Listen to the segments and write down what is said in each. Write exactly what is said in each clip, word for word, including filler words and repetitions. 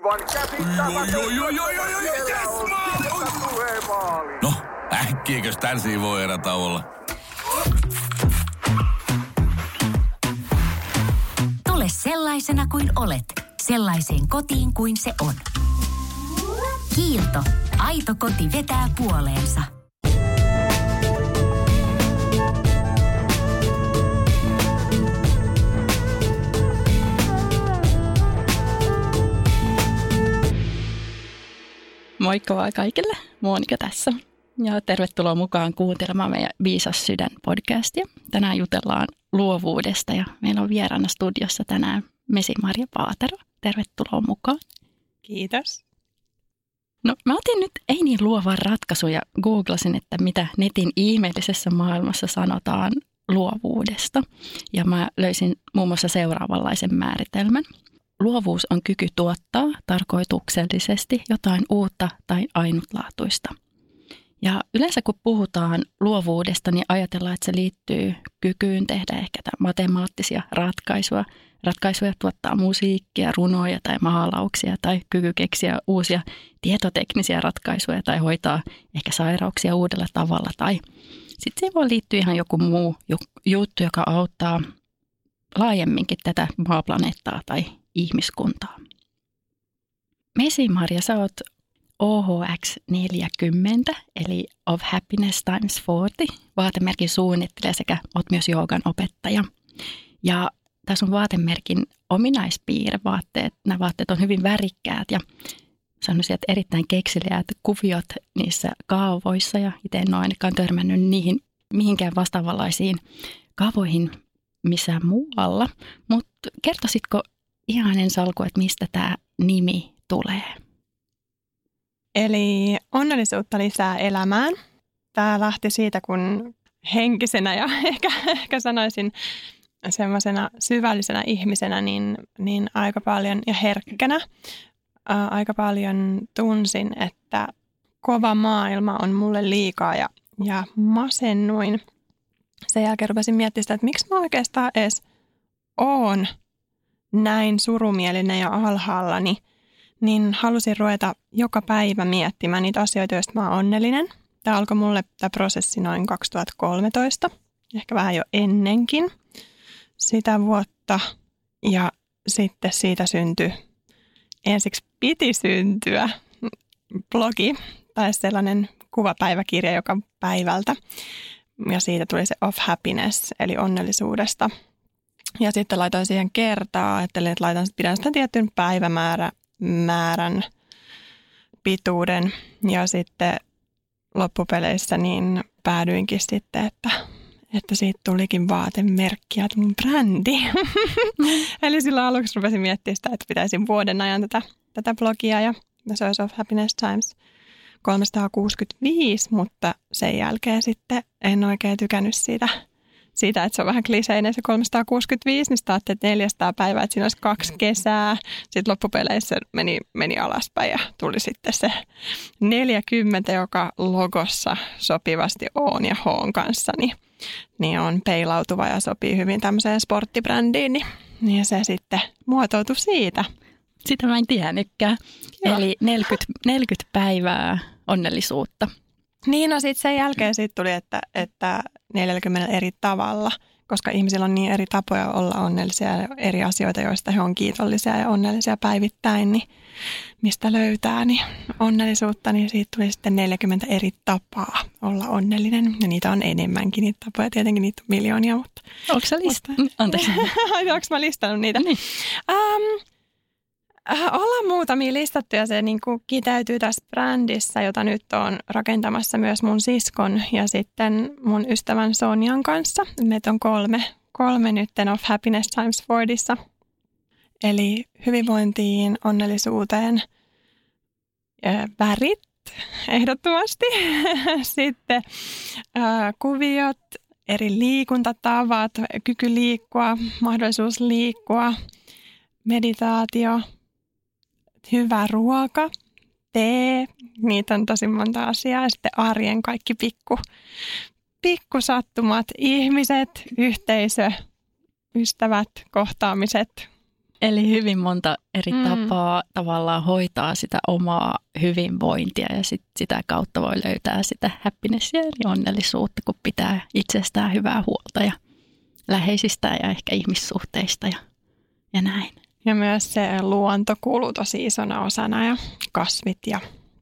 Aivan käsittämätöntä. No, äkkiäkös tän voi erätä olla? Tule sellaisena kuin olet, sellaiseen kotiin kuin se on. Kiilto. Aito koti vetää puoleensa. Moikka vaan kaikille, Monika tässä ja tervetuloa mukaan kuuntelemaan meidän Viisas sydän podcastia. Tänään jutellaan luovuudesta ja meillä on vieraana studiossa tänään Mesi-Marja Paatero. Tervetuloa mukaan. Kiitos. No mä otin nyt ei niin luovan ratkaisun ja googlasin, että mitä netin ihmeellisessä maailmassa sanotaan luovuudesta. Ja mä löysin muun muassa seuraavanlaisen määritelmän. Luovuus on kyky tuottaa tarkoituksellisesti jotain uutta tai ainutlaatuista. Ja yleensä kun puhutaan luovuudesta, niin ajatellaan, että se liittyy kykyyn tehdä ehkä matemaattisia ratkaisuja, ratkaisuja tuottaa musiikkia, runoja tai maalauksia tai kyky keksiä uusia tietoteknisiä ratkaisuja tai hoitaa ehkä sairauksia uudella tavalla. Tai sitten siihen voi liittyä ihan joku muu juttu, joka auttaa laajemminkin tätä maaplaneettaa tai ihmiskuntaa. Mesi-Marja, sä oot O H X neljäkymmentä, eli Of Happiness Times neljäkymmentä, vaatemerkin suunnittelija sekä oot myös joogan opettaja. Ja tässä on vaatemerkin ominaispiirre, vaatteet, nämä vaatteet on hyvin värikkäät ja sanoisin, että erittäin kekseliäät kuviot niissä kaavoissa ja itse en ole ainakaan törmännyt niihin mihinkään vastaavanlaisiin kaavoihin missään muualla, mutta kertoisitko ihan ensi alkuun, että mistä tämä nimi tulee? Eli onnellisuutta lisää elämään. Tämä lähti siitä, kun henkisenä ja ehkä, ehkä sanoisin semmoisena syvällisenä ihmisenä, niin, niin aika paljon ja herkkänä ää, aika paljon tunsin, että kova maailma on mulle liikaa ja, ja masennuin. Sen jälkeen rupesin miettimään sitä, että miksi mä oikeastaan edes oon näin surumielinen ja alhaalla, niin, niin halusin ruveta joka päivä miettimään niitä asioita, joista mä oon onnellinen. Tämä alkoi mulle tämä prosessi noin kaksituhattakolmetoista, ehkä vähän jo ennenkin sitä vuotta. Ja sitten siitä syntyi, ensiksi piti syntyä blogi tai sellainen kuvapäiväkirja joka päivältä. Ja siitä tuli se Of Happiness, eli onnellisuudesta. Ja sitten laitoin siihen kertaa, ajattelin, että laitan, pidän sitä tietyn päivämäärän määrän, pituuden. Ja sitten loppupeleissä niin päädyinkin sitten, että, että siitä tulikin vaatemerkki ja mun brändi. Eli silloin aluksi rupesin miettimään sitä, että pitäisin vuoden ajan tätä, tätä blogia ja se olisi Of Happiness Times kolmesataakuusikymmentäviisi, mutta sen jälkeen sitten en oikein tykännyt siitä, siitä että se on vähän kliseinen se kolmesataakuusikymmentäviisi, niin sitten ajattelin, että neljäsataa päivää, että siinä olisi kaksi kesää. Sitten loppupeleissä meni, meni alaspäin ja tuli sitten se neljäkymmentä, joka logossa sopivasti Oon ja Hoon kanssa, niin, niin on peilautuva ja sopii hyvin tämmöiseen sporttibrändiin, niin, niin se sitten muotoutui siitä. Sitä mä en tiennytkään. Joo. Eli neljäkymmentä, neljäkymmentä päivää onnellisuutta. Niin, no sitten sen jälkeen siitä tuli, että, että neljäkymmentä eri tavalla, koska ihmisillä on niin eri tapoja olla onnellisia ja eri asioita, joista he on kiitollisia ja onnellisia päivittäin, niin mistä löytää niin onnellisuutta, niin siitä tuli sitten neljäkymmentä eri tapaa olla onnellinen. Ja niitä on enemmänkin niitä tapoja, tietenkin niitä on miljoonia, mutta... Onko sä listannut? Anteeksi. Onko mä listannut niitä? Niin. Um, Ollaan muutamia listattuja, se niin kuin kiteytyy tässä brändissä, jota nyt on rakentamassa myös mun siskon ja sitten mun ystävän Sonjan kanssa. Meitä on kolme, kolme nytten Of Happiness Times neljäkymmentä. Eli hyvinvointiin, onnellisuuteen, värit ehdottomasti, sitten ää, kuviot, eri liikuntatavat, kyky liikkua, mahdollisuus liikkua, meditaatio, hyvä ruoka, tee, niitä on tosi monta asiaa. Ja sitten arjen kaikki pikku, pikkusattumat, ihmiset, yhteisö, ystävät, kohtaamiset, Eli hyvin monta eri mm. tapaa tavallaan hoitaa sitä omaa hyvinvointia ja sit sitä kautta voi löytää sitä happinessia eli onnellisuutta, kun pitää itsestään hyvää huolta ja läheisistä ja ehkä ihmissuhteista ja, ja näin. Ja myös se luonto kuuluu tosi isona osana ja kasvit ja,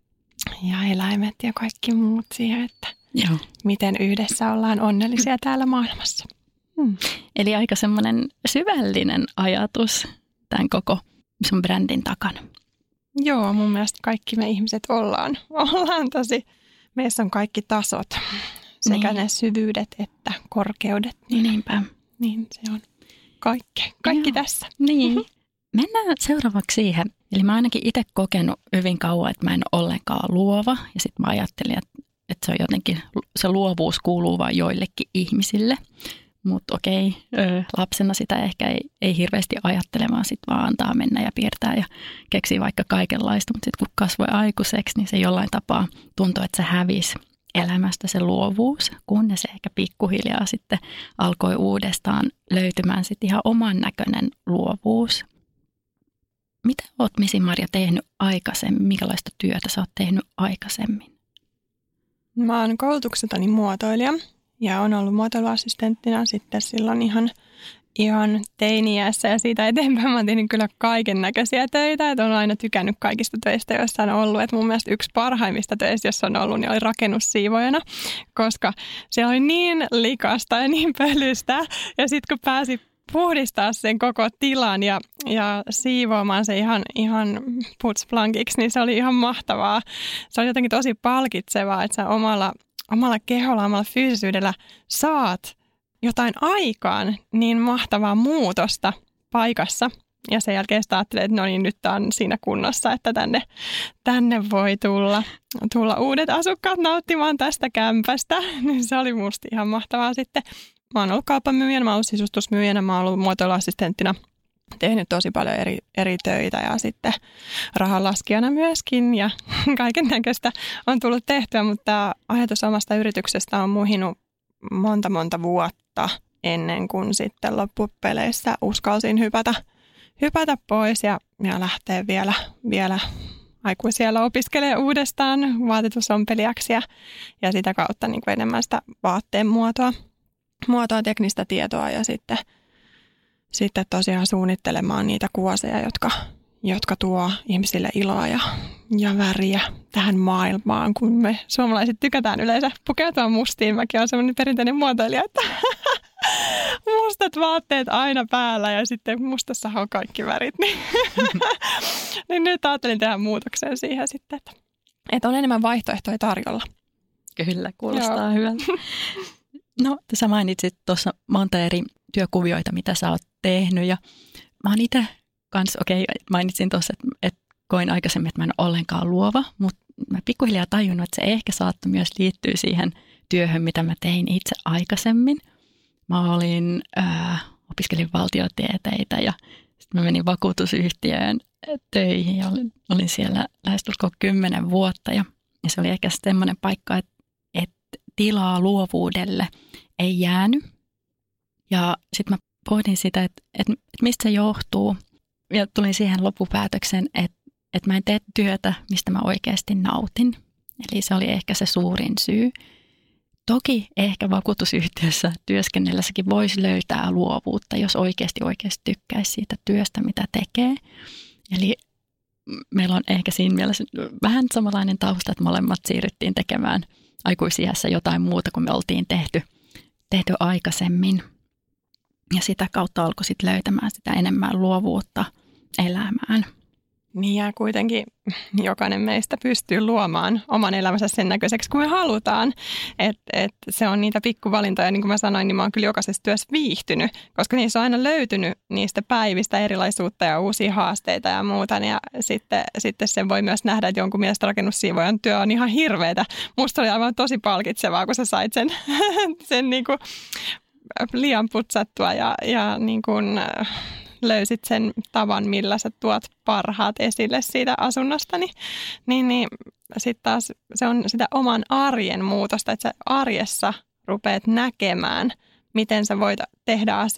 ja eläimet ja kaikki muut siihen, että Joo. miten yhdessä ollaan onnellisia täällä maailmassa. Hmm. Eli aika semmoinen syvällinen ajatus tämän koko sun brändin takana. Joo, mun mielestä kaikki me ihmiset ollaan, ollaan tosi, meissä on kaikki tasot, sekä niin. ne syvyydet että korkeudet. Niin, Niinpä. Niin se on kaikki, kaikki Joo. tässä. Niin. Mennään seuraavaksi siihen. Eli mä ainakin itse kokenut hyvin kauan, että mä en ole ollenkaan luova. Ja sitten mä ajattelin, että, että se on jotenkin, se luovuus kuuluu vain joillekin ihmisille. Mutta okei, ö, lapsena sitä ehkä ei, ei hirveästi ajattele, vaan sitten vaan antaa mennä ja piirtää ja keksii vaikka kaikenlaista. Mutta sitten kun kasvoi aikuiseksi, niin se jollain tapaa tuntui, että se hävisi elämästä se luovuus, kunnes se ehkä pikkuhiljaa sitten alkoi uudestaan löytymään sitten ihan oman näköinen luovuus. Mitä oot Misi-Marja tehnyt aikaisemmin? Minkälaista työtä sä oot tehnyt aikaisemmin? Mä oon koulutukseltani muotoilija ja on ollut muotoiluassistenttina sitten silloin ihan, ihan teini-iässä ja siitä eteenpäin mä oon tehnyt kyllä kaiken näköisiä töitä. Että on aina tykännyt kaikista töistä, joissa on ollut. Et mun mielestä yksi parhaimmista töistä, jossa on ollut, niin oli rakennussiivojana, koska se oli niin likasta ja niin pölystä. Ja sitten kun pääsi puhdistaa sen koko tilan ja, ja siivoamaan se ihan, ihan putsplankiksi, niin se oli ihan mahtavaa. Se oli jotenkin tosi palkitsevaa, että sä omalla, omalla keholla, omalla fyysisyydellä saat jotain aikaan niin mahtavaa muutosta paikassa. Ja sen jälkeen sitä ajattelee, että no niin, nyt tämä on siinä kunnossa, että tänne, tänne voi tulla, tulla uudet asukkaat nauttimaan tästä kämpästä. Niin se oli musta ihan mahtavaa sitten. Mä oon ollut kauppamyyjänä, mä oon ollut sisustusmyyjänä, mä oon ollut muotoiluassistenttina, tehnyt tosi paljon eri, eri töitä ja sitten rahanlaskijana myöskin ja kaiken näköistä on tullut tehtyä, mutta tämä ajatus omasta yrityksestä on muhinut monta monta vuotta ennen kuin sitten loppupeleissä uskalsin hypätä, hypätä pois ja, ja lähteä vielä, vielä aikuisiellä opiskelee uudestaan vaatetusompelijaksi ja, ja sitä kautta niin kuin enemmän sitä vaatteen muotoa. muotoa, teknistä tietoa ja sitten, sitten tosiaan suunnittelemaan niitä kuoseja, jotka, jotka tuo ihmisille iloa ja, ja väriä tähän maailmaan, kun me suomalaiset tykätään yleensä pukeutua mustiin. Mäkin olen sellainen perinteinen muotoilija, että mustat vaatteet aina päällä ja sitten mustassa on kaikki värit. Niin, niin nyt ajattelin tehdä muutoksen siihen sitten, että, että on enemmän vaihtoehtoja tarjolla. Kyllä, kuulostaa hyvältä. No, sä mainitsit tuossa monta eri työkuvioita, mitä sä oot tehnyt ja mä oon itse kanssa, okei, okay, mainitsin tuossa, että, että koin aikaisemmin, että mä en ole ollenkaan luova, mutta mä pikkuhiljaa tajunnut, että se ehkä saattoi myös liittyä siihen työhön, mitä mä tein itse aikaisemmin. Mä olin, äh, opiskelin valtiotieteitä ja sitten mä menin vakuutusyhtiöön töihin ja olin, olin siellä lähestulkoon kymmenen vuotta ja, ja se oli ehkä semmoinen paikka, että tilaa luovuudelle ei jäänyt. Ja sitten mä pohdin sitä, että, että, että mistä se johtuu. Ja tulin siihen loppupäätöksen, että, että mä en tee työtä, mistä mä oikeasti nautin. Eli se oli ehkä se suurin syy. Toki ehkä vakuutusyhtiössä työskennellessäkin voisi löytää luovuutta, jos oikeasti oikeasti tykkäisi siitä työstä, mitä tekee. Eli meillä on ehkä siinä mielessä vähän samanlainen tausta, että molemmat siirryttiin tekemään aikuisiässä jotain muuta kuin me oltiin tehty, tehty aikaisemmin. Ja sitä kautta alkoi sitten löytämään sitä enemmän luovuutta elämään. Niin ja kuitenkin jokainen meistä pystyy luomaan oman elämänsä sen näköiseksi, kun me halutaan. Että et se on niitä pikkuvalintoja, niin kuin mä sanoin, niin mä oon kyllä jokaisessa työssä viihtynyt, koska niissä on aina löytynyt niistä päivistä erilaisuutta ja uusia haasteita ja muuta. Ja sitten, sitten sen voi myös nähdä, että jonkun mielestä rakennussiivojan työ on ihan hirveetä. Musta oli aivan tosi palkitsevaa, kun sä sait sen, sen niin kuin liian putsattua ja, ja niin kuin löysit sen tavan, millä sä tuot parhaat esille siitä asunnosta, niin, niin, niin sitten taas se on sitä oman arjen muutosta, että sä arjessa rupeat näkemään, miten sä voit tehdä asiat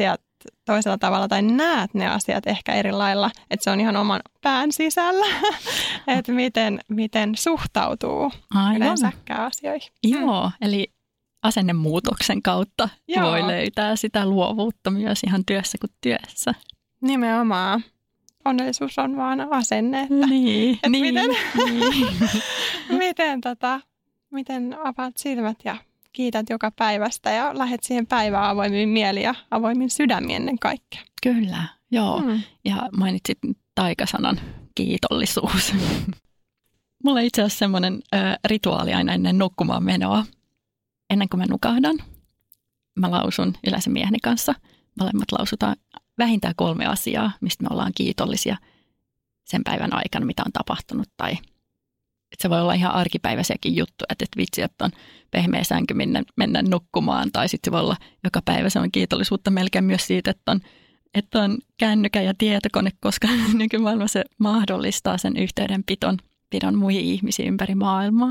toisella tavalla tai näet ne asiat ehkä eri lailla, että se on ihan oman pään sisällä, että miten, miten suhtautuu Aivan. yleensäkään asioihin. Joo, eli asennemuutoksen kautta Joo. voi löytää sitä luovuutta myös ihan työssä kuin työssä. Nimenomaan. Onnellisuus on vaan asenne, että, Niin, että niin, miten, niin. miten, tota, miten avaat silmät ja kiität joka päivästä ja lähdet siihen päivään avoimin mieli ja avoimin sydämin ennen kaikkea. Kyllä, joo. Mm. Ja mainitsit taikasanan kiitollisuus. Mulla on itse asiassa semmoinen ö, rituaali aina ennen nukkumaan menoa. Ennen kuin mä nukahdan, mä lausun yleensä mieheni kanssa. Molemmat lausutaan vähintään kolme asiaa, mistä me ollaan kiitollisia sen päivän aikana, mitä on tapahtunut. Tai että se voi olla ihan arkipäiväisiäkin juttuja, että, että vitsi, että on pehmeä sänky mennä, mennä nukkumaan. Tai sitten se voi olla joka päivä se on kiitollisuutta melkein myös siitä, että on, että on kännykkä ja tietokone, koska nykymaailma se mahdollistaa sen yhteydenpidon pidon muihin ihmisiin ympäri maailmaa.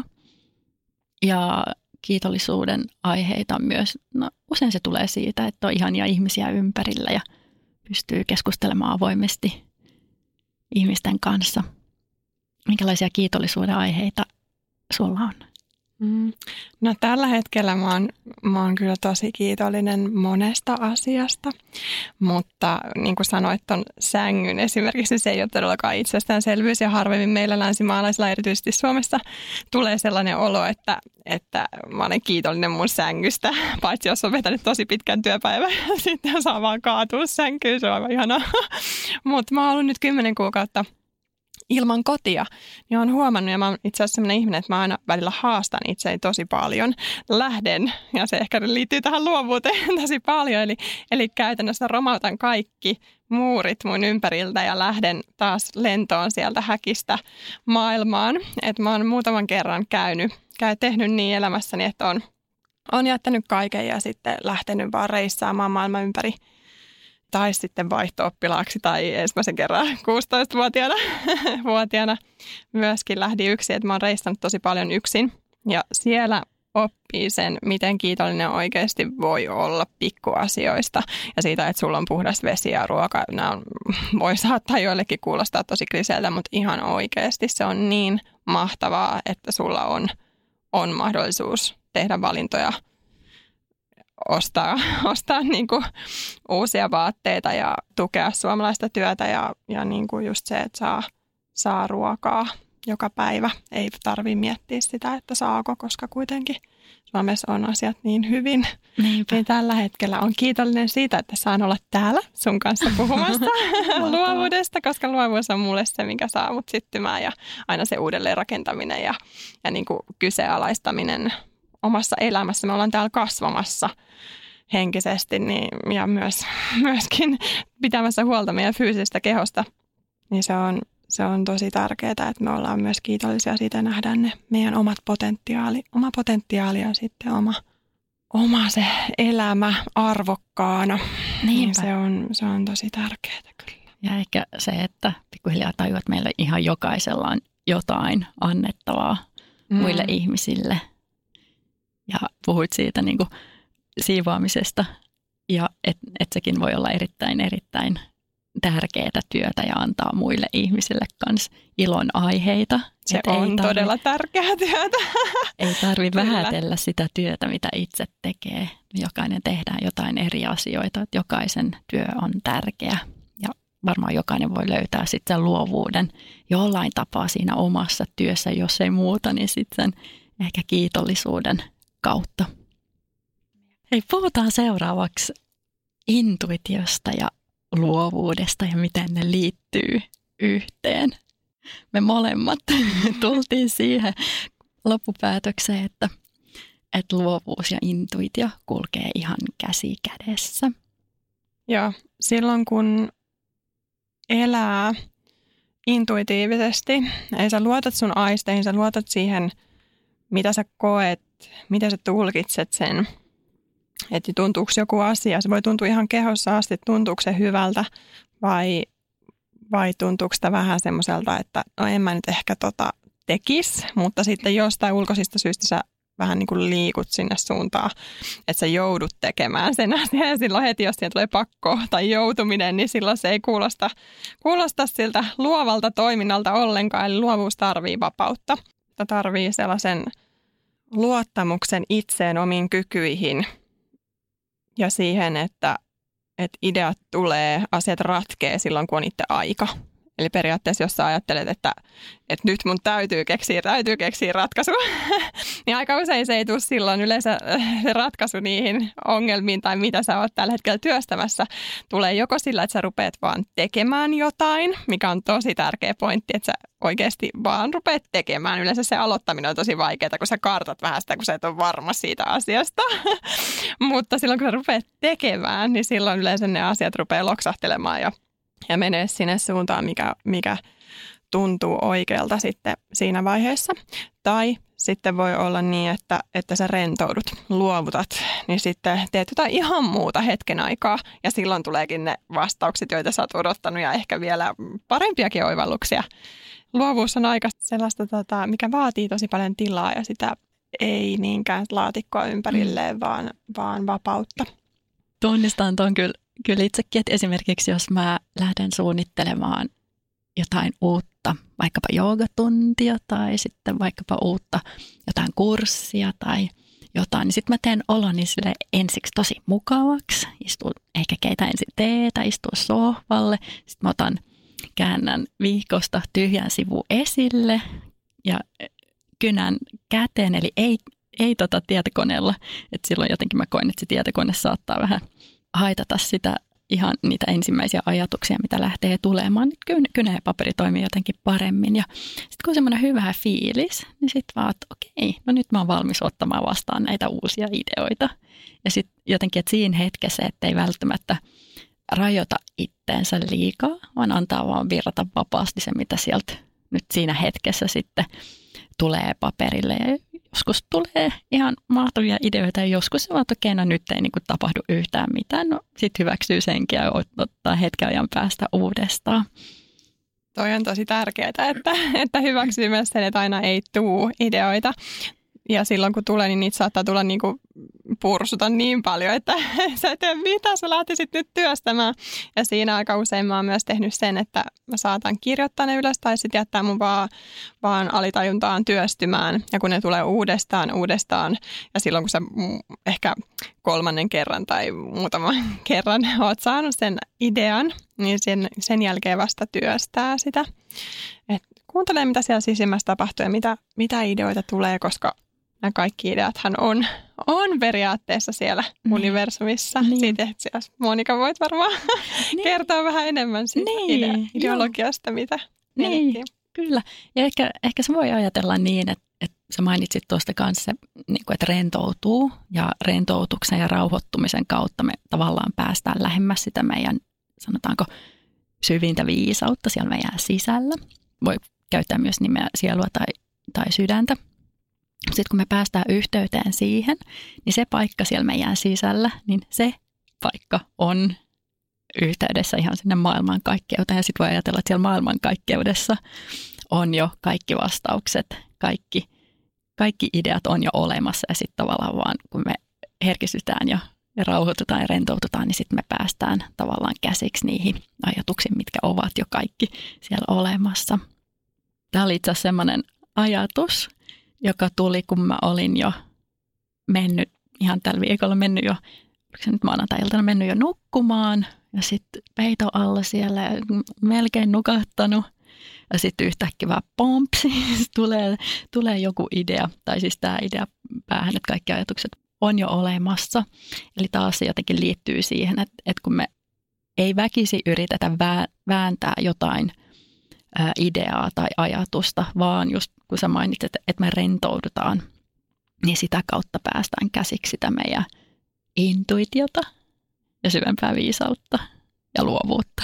Ja kiitollisuuden aiheita myös, no usein se tulee siitä, että on ihania ihmisiä ympärillä ja pystyy keskustelemaan avoimesti ihmisten kanssa. Minkälaisia kiitollisuuden aiheita sulla on? Mm. No tällä hetkellä mä oon, mä oon kyllä tosi kiitollinen monesta asiasta, mutta niin kuin sanoit ton sängyn esimerkiksi, se ei ole todellakaan itsestäänselvyys ja harvemmin meillä länsimaalaisilla, erityisesti Suomessa, tulee sellainen olo, että, että mä olen kiitollinen mun sängystä, paitsi jos on vetänyt tosi pitkän työpäivän ja sitten saa vaan kaatua sänkyyn, se on aivan ihanaa. Mutta mä oon ollut nyt kymmenen kuukautta ilman kotia, niin olen huomannut, ja mä oon itse asiassa sellainen ihminen, että mä aina välillä haastan itseäni tosi paljon. Lähden, ja se ehkä liittyy tähän luovuuteen tosi paljon, eli, eli käytännössä romautan kaikki muurit mun ympäriltä ja lähden taas lentoon sieltä häkistä maailmaan. Että mä oon muutaman kerran käynyt, käy, tehnyt niin elämässäni, että on, on jättänyt kaiken ja sitten lähtenyt vaan reissaamaan maailman ympäri. Tai sitten vaihto-oppilaaksi tai ensimmäisen kerran kuusitoistavuotiaana vuotiaana myöskin lähdin yksin. Että mä oon reissannut tosi paljon yksin ja siellä oppii sen, miten kiitollinen oikeasti voi olla pikkuasioista. Ja siitä, että sulla on puhdas vesi ja ruoka, nämä on, voi saattaa joillekin kuulostaa tosi kliseeltä, mutta ihan oikeasti se on niin mahtavaa, että sulla on, on mahdollisuus tehdä valintoja. Ostaa, ostaa niin kuin uusia vaatteita ja tukea suomalaista työtä ja, ja niin kuin just se, että saa, saa ruokaa joka päivä. Ei tarvitse miettiä sitä, että saako, koska kuitenkin Suomessa on asiat niin hyvin. Niinpä. Niin tällä hetkellä on kiitollinen siitä, että saan olla täällä sun kanssa puhumassa luovuudesta, koska luovuus on mulle se, mikä saa mut syttymään ja aina se uudelleen rakentaminen ja, ja niin kuin kyseenalaistaminen omassa elämässä. Me ollaan täällä kasvamassa henkisesti niin, ja myös, myöskin pitämässä huolta meidän fyysisestä kehosta. Niin se on, se on tosi tärkeää, että me ollaan myös kiitollisia siitä ja nähdään ne meidän omat potentiaali, oma potentiaali ja sitten oma, oma se elämä arvokkaana. Niin se on, se on tosi tärkeää kyllä. Ja ehkä se, että pikkuhiljaa tajuu, että meillä ihan jokaisella on jotain annettavaa mm. muille ihmisille. Ja puhuit siitä niin kuin siivoamisesta ja että et sekin voi olla erittäin, erittäin tärkeää työtä ja antaa muille ihmisille kanssa ilon aiheita. Se et on ei tarvi, todella tärkeää työtä. Ei tarvitse vähätellä sitä työtä, mitä itse tekee. Jokainen tehdään jotain eri asioita, että jokaisen työ on tärkeä. Ja varmaan jokainen voi löytää sitten sen luovuuden jollain tapaa siinä omassa työssä, jos ei muuta, niin sitten sen ehkä kiitollisuuden kautta. Hei, puhutaan seuraavaksi intuitiosta ja luovuudesta ja miten ne liittyy yhteen. Me molemmat tultiin siihen loppupäätökseen, että, että luovuus ja intuitio kulkee ihan käsi kädessä. Joo, silloin kun elää intuitiivisesti, ei sä luotat sun aisteihin, sä luotat siihen, mitä sä koet, miten sä tulkitset sen, että tuntuuko joku asia. Se voi tuntua ihan kehossa asti, tuntuuko se hyvältä vai, vai tuntuuko sitä vähän semmoiselta, että no en mä nyt ehkä tota tekisi, mutta sitten jostain ulkoisista syistä sä vähän niin kuin liikut sinne suuntaan, että sä joudut tekemään sen asian. Ja silloin heti, jos siihen tulee pakko tai joutuminen, niin silloin se ei kuulosta, kuulosta siltä luovalta toiminnalta ollenkaan. Eli luovuus tarvii vapautta. Se tarvii sellaisen luottamuksen itseen, omiin kykyihin ja siihen, että, että ideat tulee, asiat ratkee silloin, kun on itse aika. Eli periaatteessa, jos sä ajattelet, että, että nyt mun täytyy keksiä, täytyy keksiä ratkaisu, niin aika usein se ei tule silloin yleensä se ratkaisu niihin ongelmiin tai mitä sä oot tällä hetkellä työstämässä. Tulee joko sillä, että sä rupeat vaan tekemään jotain, mikä on tosi tärkeä pointti, että sä oikeasti vaan rupeat tekemään. Yleensä se aloittaminen on tosi vaikeaa, kun sä kartat vähän sitä, kun sä et ole varma siitä asiasta. Mutta silloin, kun sä rupeat tekemään, niin silloin yleensä ne asiat rupeaa loksahtelemaan ja ja menee sinne suuntaan, mikä, mikä tuntuu oikealta sitten siinä vaiheessa. Tai sitten voi olla niin, että, että sä rentoudut, luovutat, niin sitten teet jotain ihan muuta hetken aikaa. Ja silloin tuleekin ne vastaukset, joita sä oot odottanut ja ehkä vielä parempiakin oivalluksia. Luovuus on aika sellaista, tota, mikä vaatii tosi paljon tilaa ja sitä ei niinkään laatikkoa ympärilleen, mm. vaan, vaan vapautta. Tunnistan tuon kyllä. Kyllä itsekin, että esimerkiksi jos mä lähden suunnittelemaan jotain uutta, vaikkapa joogatuntia tai sitten vaikkapa uutta jotain kurssia tai jotain, niin sitten mä teen oloni sille ensiksi tosi mukavaksi. Istun ehkä keitä ensin teetä, istuu sohvalle, sitten mä otan, käännän vihkosta tyhjän sivun esille ja kynän käteen, eli ei, ei tota tietokoneella, että silloin jotenkin mä koen, että se tietokone saattaa vähän haitata sitä ihan niitä ensimmäisiä ajatuksia, mitä lähtee tulemaan. Nyt kynä ja paperi toimii jotenkin paremmin. Ja sitten kun on semmoinen hyvä fiilis, niin sitten vaan, että okei, no nyt mä oon valmis ottamaan vastaan näitä uusia ideoita. Ja sitten jotenkin, että siinä hetkessä, ettei välttämättä rajoita itteensä liikaa, vaan antaa vaan virrata vapaasti se, mitä sieltä nyt siinä hetkessä sitten tulee paperille. Ja joskus tulee ihan mahtavia ideoita ja joskus se vaan, että okei, no nyt ei niin kuin tapahdu yhtään mitään. No sitten hyväksyy senkin ja ottaa hetken ajan päästä uudestaan. Toi on tosi tärkeää, että, että hyväksyy myös sen, että aina ei tule ideoita. Ja silloin kun tulee, niin niitä saattaa tulla niin kuin pursuta niin paljon, että sä et tiedä mitä sä lähtisit nyt työstämään. Ja siinä aika usein mä oon myös tehnyt sen, että mä saatan kirjoittaa ne ylös tai sitten jättää mun vaan, vaan alitajuntaan työstymään. Ja kun ne tulee uudestaan, uudestaan ja silloin kun sä ehkä kolmannen kerran tai muutaman kerran oot saanut sen idean, niin sen, sen jälkeen vasta työstää sitä. Et kuuntelee mitä siellä sisimmässä tapahtuu ja mitä, mitä ideoita tulee, koska nämä kaikki ideathan on, on periaatteessa siellä niin. universumissa. Niin. Siitä, että Monika voit varmaan niin. kertoa vähän enemmän siitä niin. ide- ideologiasta, mitä niin. Kyllä. Ja ehkä, ehkä se voi ajatella niin, että, että sä mainitsit tuosta kanssa, niin kuin, että rentoutuu. Ja rentoutuksen ja rauhoittumisen kautta me tavallaan päästään lähemmäs sitä meidän, sanotaanko, syvintä viisautta siellä meidän sisällä. Voi käyttää myös nimeä sielua tai, tai sydäntä. Sitten kun me päästään yhteyteen siihen, niin se paikka siellä meidän sisällä, niin se paikka on yhteydessä ihan sinne maailmankaikkeuteen. Ja sitten voi ajatella, että siellä maailmankaikkeudessa on jo kaikki vastaukset, kaikki, kaikki ideat on jo olemassa. Ja sitten tavallaan vaan kun me herkistytään ja, ja rauhoitutaan ja rentoututaan, niin sitten me päästään tavallaan käsiksi niihin ajatuksiin, mitkä ovat jo kaikki siellä olemassa. Tämä oli itse asiassa semmoinen ajatus, joka tuli, kun mä olin jo mennyt, ihan tällä viikolla mennyt jo, oliko se nyt maanantai-iltana mennyt jo nukkumaan, ja sitten peito alla siellä, ja melkein nukahtanut, ja sitten yhtäkkiä vaan pompsi, tulee, tulee joku idea, tai siis tämä idea päähän, että kaikki ajatukset on jo olemassa. Eli taas se jotenkin liittyy siihen, että, että kun me ei väkisi yritetä vääntää jotain ää, ideaa tai ajatusta, vaan just kun sä mainitsit, että me rentoudutaan, niin sitä kautta päästään käsiksi sitä meidän intuitiota ja syvempää viisautta ja luovuutta.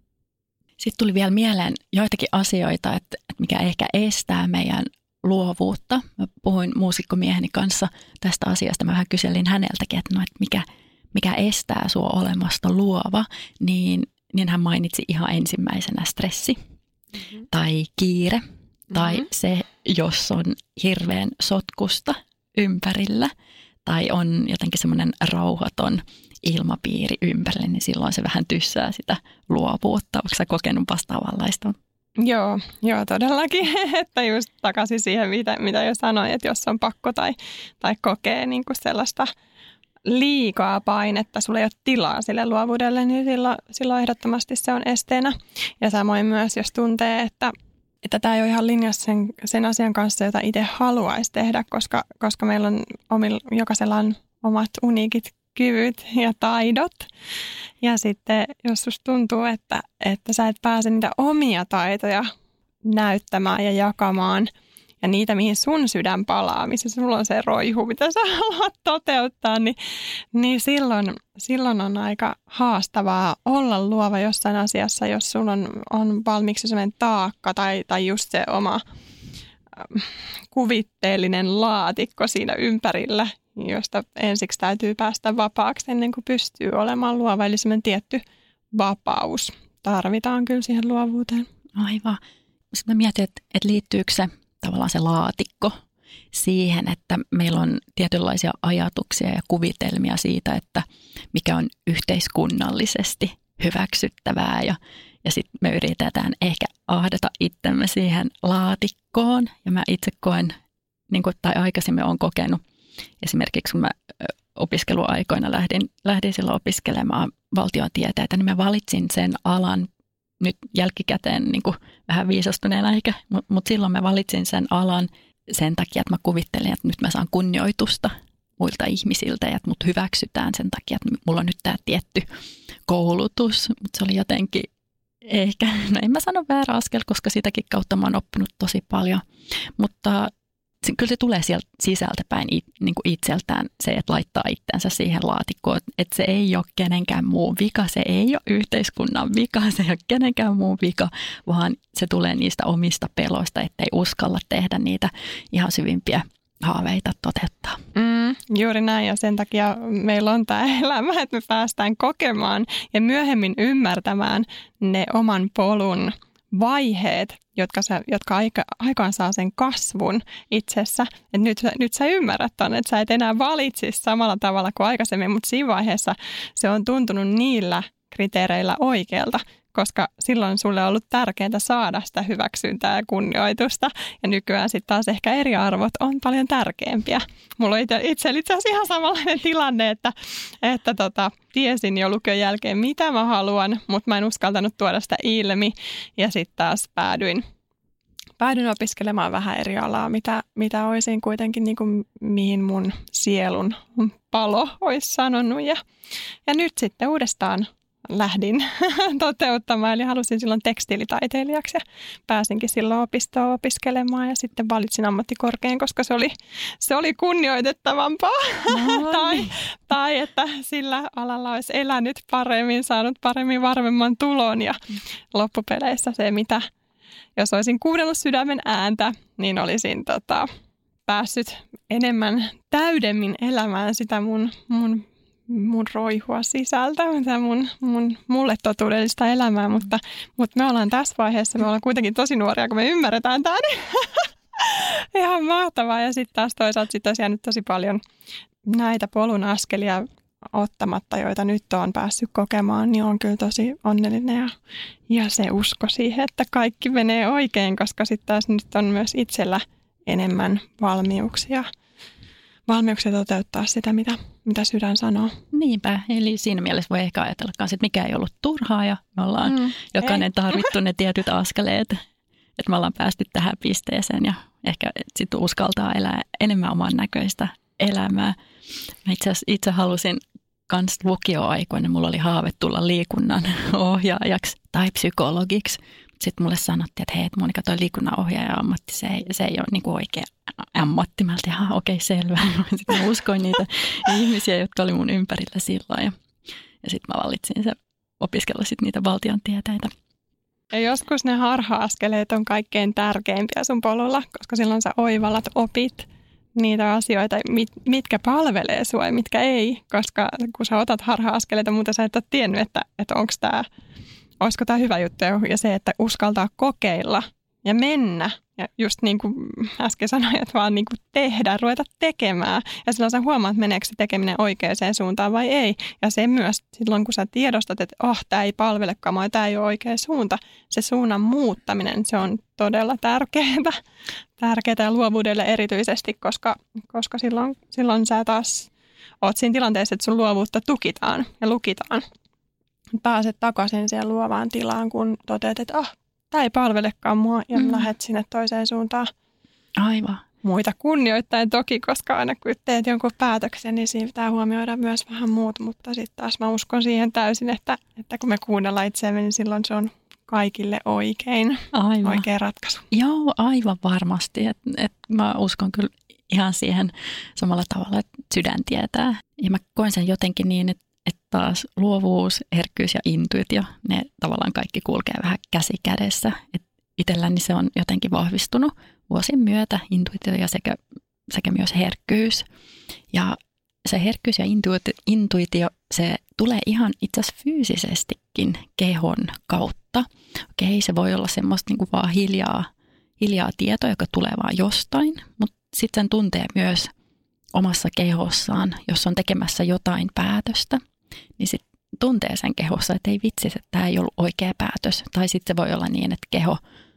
Sitten tuli vielä mieleen joitakin asioita, että, että mikä ehkä estää meidän luovuutta. Mä puhuin muusikkomieheni kanssa tästä asiasta. Mä vähän kyselin häneltäkin, että, no, että mikä, mikä estää sua olemasta luova, niin, niin hän mainitsi ihan ensimmäisenä stressi mm-hmm. tai kiire. Tai mm-hmm. se, jos on hirveän sotkusta ympärillä tai on jotenkin semmoinen rauhaton ilmapiiri ympärillä, niin silloin se vähän tyssää sitä luovuutta. Onko sä kokenut vastaavanlaista? Joo, joo todellakin, että just takaisin siihen, mitä, mitä jo sanoin, että jos on pakko tai, tai kokee niin kuin sellaista liikaa painetta, sulla ei ole tilaa sille luovuudelle, niin silloin, silloin ehdottomasti se on esteenä. Ja samoin myös, jos tuntee, että, että tämä ei ole ihan linjassa sen, sen asian kanssa, jota itse haluaisi tehdä, koska, koska meillä on omilla, jokaisella on omat uniikit kyvyt ja taidot. Ja sitten jos susta tuntuu, että, että sä et pääse niitä omia taitoja näyttämään ja jakamaan ja niitä, mihin sun sydän palaa, missä sulla on se roihu, mitä sä haluat toteuttaa, niin, niin silloin, silloin on aika haastavaa olla luova jossain asiassa, jos sulla on, on valmiiksi sellainen taakka tai, tai just se oma äh, kuvitteellinen laatikko siinä ympärillä, josta ensiksi täytyy päästä vapaaksi ennen kuin pystyy olemaan luova. Eli semmoinen tietty vapaus tarvitaan kyllä siihen luovuuteen. Aivan. Sitten mä mietin, että, että liittyykö se tavallaan se laatikko siihen, että meillä on tietynlaisia ajatuksia ja kuvitelmia siitä, että mikä on yhteiskunnallisesti hyväksyttävää ja, ja sitten me yritetään ehkä ahdata itsemme siihen laatikkoon. Ja mä itse koen, niin kuin, tai aikaisemmin olen kokenut, esimerkiksi kun mä opiskeluaikoina lähdin, lähdin silloin opiskelemaan valtiotieteitä, niin mä valitsin sen alan nyt jälkikäteen niin kuin vähän viisastuneena ehkä, mutta mut silloin mä valitsin sen alan sen takia, että mä kuvittelin, että nyt mä saan kunnioitusta muilta ihmisiltä ja että mut hyväksytään sen takia, että mulla on nyt tämä tietty koulutus, mutta se oli jotenkin ehkä, no en mä sano väärä askel, koska sitäkin kautta mä oon oppinut tosi paljon, mutta kyllä se tulee sieltä sisältä päin niin kuin itseltään se, että laittaa itsensä siihen laatikkoon, että se ei ole kenenkään muun vika, se ei ole yhteiskunnan vika, se ei ole kenenkään muun vika, vaan se tulee niistä omista peloista, ettei uskalla tehdä niitä ihan syvimpiä haaveita toteuttaa. Mm, juuri näin ja sen takia meillä on tämä elämä, että me päästään kokemaan ja myöhemmin ymmärtämään ne oman polun vaiheet, jotka, sä, jotka aika, aikaan saa sen kasvun itsessä. Et nyt, nyt sä ymmärrät ton, että sä et enää valitsisi samalla tavalla kuin aikaisemmin, mutta siinä vaiheessa se on tuntunut niillä kriteereillä oikealta, koska silloin sulle on ollut tärkeää saada sitä hyväksyntää ja kunnioitusta. Ja nykyään sitten taas ehkä eri arvot on paljon tärkeämpiä. Mulla on itse, itse asiassa ihan samanlainen tilanne, että, että tota, tiesin jo lukion jälkeen, mitä mä haluan, mutta mä en uskaltanut tuoda sitä ilmi. Ja sitten taas päädyin, päädyin opiskelemaan vähän eri alaa, mitä, mitä olisin kuitenkin, niin kuin, mihin mun sielun palo olisi sanonut. Ja, ja nyt sitten uudestaan lähdin toteuttamaan, eli halusin silloin tekstiilitaiteilijaksi ja pääsinkin silloin opistoon opiskelemaan ja sitten valitsin ammattikorkean, koska se oli, se oli kunnioitettavampaa no, tai, niin. tai että sillä alalla olisi elänyt paremmin, saanut paremmin varmemman tulon ja loppupeleissä se, mitä jos olisin kuunnellut sydämen ääntä, niin olisin tota, päässyt enemmän täydemmin elämään sitä mun, mun mun roihua sisältä, mun, mun, mulle totuudellista elämää, mutta, mutta me ollaan tässä vaiheessa, me ollaan kuitenkin tosi nuoria, kun me ymmärretään tämä, niin ihan mahtavaa. Ja sitten taas toisaalta sit olisi jäänyt tosi paljon näitä polun askelia ottamatta, joita nyt on päässyt kokemaan, niin on kyllä tosi onnellinen ja, ja se usko siihen, että kaikki menee oikein, koska sitten taas nyt on myös itsellä enemmän valmiuksia. Valmiuksia toteuttaa sitä, mitä, mitä sydän sanoo. Niinpä, eli siinä mielessä voi ehkä ajatella myös, että mikä ei ollut turhaa ja me ollaan mm, jokainen ei. tarvittu ne tietyt askeleet, että me ollaan päästy tähän pisteeseen ja ehkä sitten uskaltaa elää enemmän oman näköistä elämää. Mä itse asiassa itse halusin kans lukioaikoina, mulla oli haave tulla liikunnan ohjaajaksi tai psykologiksi. Sitten mulle sanottiin, että hei, että Monika, toi liikunnan ohjaaja ammatti, se ei, se ei ole niin kuin oikea ammatti. Mä olin, että okei, selvä. Sitten mä uskoin niitä ihmisiä, jotka oli mun ympärillä silloin. Ja, ja sitten mä valitsin se opiskella sit niitä valtiontieteitä. Ja joskus ne harha-askeleet on kaikkein tärkeimpiä sun polulla, koska silloin sä oivallat, opit niitä asioita, mit, mitkä palvelee sua ja mitkä ei. Koska kun sä otat harha-askeleita, mutta sä et ole tiennyt, että, että onko tämä... Olisiko tämä hyvä juttu ja se, että uskaltaa kokeilla ja mennä ja just niin kuin äsken sanoin, että vaan niin kuin tehdä, ruveta tekemään. Ja silloin sä huomaat, meneekö se tekeminen oikeaan suuntaan vai ei. Ja se myös silloin, kun sä tiedostat, että oh, tämä ei palvelekaan mua, tämä ei ole oikea suunta. Se suunnan muuttaminen, se on todella tärkeää. Tärkeää ja luovuudelle erityisesti, koska, koska silloin, silloin sä taas oot siinä tilanteessa, että sun luovuutta tukitaan ja lukitaan. Pääset takaisin siihen luovaan tilaan, kun toteat, että oh, tämä ei palvelekaan mua ja mm. lähdet sinne toiseen suuntaan. Aivan. Muita kunnioittain toki, koska aina kun teet jonkun päätöksen, niin siinä pitää huomioida myös vähän muut. Mutta sitten taas mä uskon siihen täysin, että, että kun me kuunnellaan itseämme, niin silloin se on kaikille oikein, aivan. Oikea ratkaisu. Joo, aivan varmasti. Et, et mä uskon kyllä ihan siihen samalla tavalla, että sydän tietää. Ja mä koen sen jotenkin niin, että, että taas luovuus, herkkyys ja intuitio, ne tavallaan kaikki kulkee vähän käsi kädessä. Et itselläni se on jotenkin vahvistunut vuosien myötä, intuitio ja sekä, sekä myös herkkyys. Ja se herkkyys ja intuitio, intuitio, se tulee ihan itse asiassa fyysisestikin kehon kautta. Okei, se voi olla semmoista niin kuin vaan hiljaa, hiljaa tietoa, joka tulee vaan jostain, mutta sitten sen tuntee myös omassa kehossaan, jos on tekemässä jotain päätöstä, niin sitten tuntee sen kehossa, että ei vitsi, että tämä ei ollut oikea päätös. Tai sitten se voi olla niin, että keho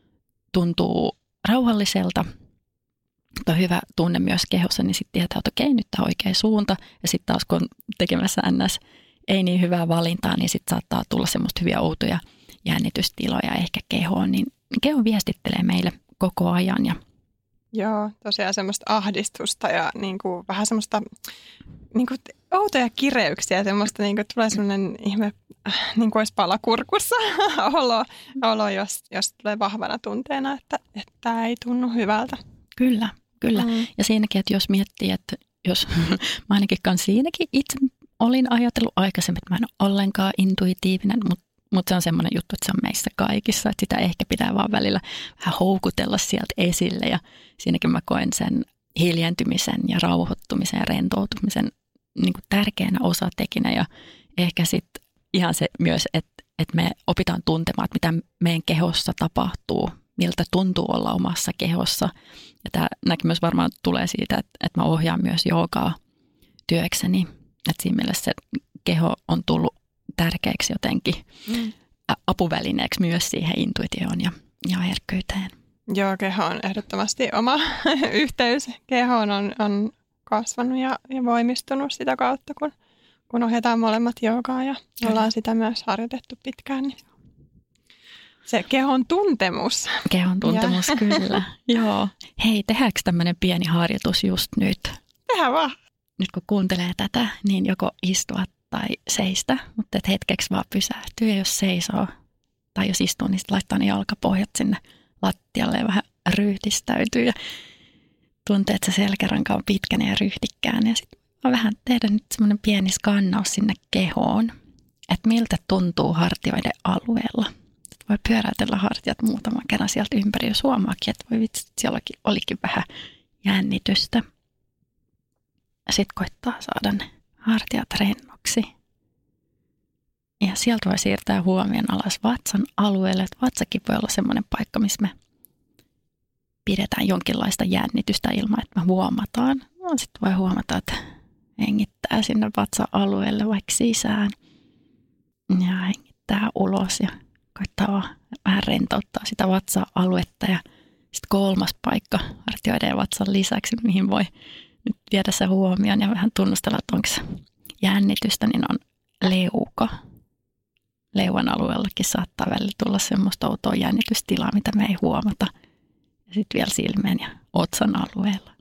tuntuu rauhalliselta, mutta on hyvä tunne myös kehossa, niin sitten tietää, että okei, nyt tämä on oikea suunta. Ja sitten taas kun on tekemässä ns. Ei niin hyvää valintaa, niin sitten saattaa tulla semmoista hyviä outoja jännitystiloja ehkä kehoon. Niin keho viestittelee meille koko ajan. Ja joo, tosiaan semmoista ahdistusta ja niin kuin, vähän semmoista niin kuin, outoja kireyksiä. Semmoista niin kuin, tulee semmoinen ihme, niin kuin olisi pala kurkussa olo, olo jos, jos tulee vahvana tunteena, että, että tämä ei tunnu hyvältä. Kyllä, kyllä. Mm. Ja siinäkin, että jos miettii, että jos mä ainakin kanssa siinäkin itse olin ajatellut aikaisemmin, että mä en ole ollenkaan intuitiivinen, mutta Mutta se on semmoinen juttu, että se on meissä kaikissa, että sitä ehkä pitää vaan välillä vähän houkutella sieltä esille. Ja siinäkin mä koen sen hiljentymisen ja rauhoittumisen ja rentoutumisen niin kuin tärkeänä osatekinä. Ja ehkä sitten ihan se myös, että, että me opitaan tuntemaan, että mitä meidän kehossa tapahtuu, miltä tuntuu olla omassa kehossa. Ja tämä näkyy myös varmaan tulee siitä, että, että mä ohjaan myös joogaa työkseni. Että siinä mielessä se keho on tullut tärkeäksi jotenkin mm. apuvälineeksi myös siihen intuitioon ja, ja herkkyyteen. Joo, keho on ehdottomasti oma yhteys. Kehoon on, on kasvanut ja, ja voimistunut sitä kautta, kun, kun ohjataan molemmat joogaa ja kyllä. Ollaan sitä myös harjoitettu pitkään. Niin se kehon tuntemus. Kehon tuntemus, ja. Kyllä. Joo. Hei, tehdäänkö tämmöinen pieni harjoitus just nyt? Tehdään vaan. Nyt kun kuuntelee tätä, niin joko istua tai seistä, mutta et hetkeksi vaan pysähtyy ja jos seisoo tai jos istuu, niin laittaa ne jalkapohjat sinne lattialle ja vähän ryhdistäytyy ja tuntee, että se selkäranka on pitkänä ja ryhdikkään ja sitten vähän tehdä nyt semmoinen pieni skannaus sinne kehoon, että miltä tuntuu hartioiden alueella. Sitten voi pyöräytellä hartiat muutaman kerran sieltä ympäri, jos huomaakin, että voi vitsi, että siellä olikin vähän jännitystä. Sitten koittaa saada ne hartiat rennoksi. Ja sieltä voi siirtää huomion alas vatsan alueelle. Että vatsakin voi olla semmoinen paikka, missä me pidetään jonkinlaista jännitystä ilman, että me huomataan. No, sitten voi huomata, että hengittää sinne vatsa-alueelle vaikka sisään. Ja hengittää ulos ja koittaa vähän rentouttaa sitä vatsa-aluetta. Ja sitten kolmas paikka hartioiden ja vatsan lisäksi, mihin voi nyt viedä se huomioon ja vähän tunnustella, että onko se jännitystä, niin on leuka. Leuan alueellakin saattaa välillä tulla semmoista outoa jännitystilaa, mitä me ei huomata. Ja sitten vielä silmien ja otsan alueella.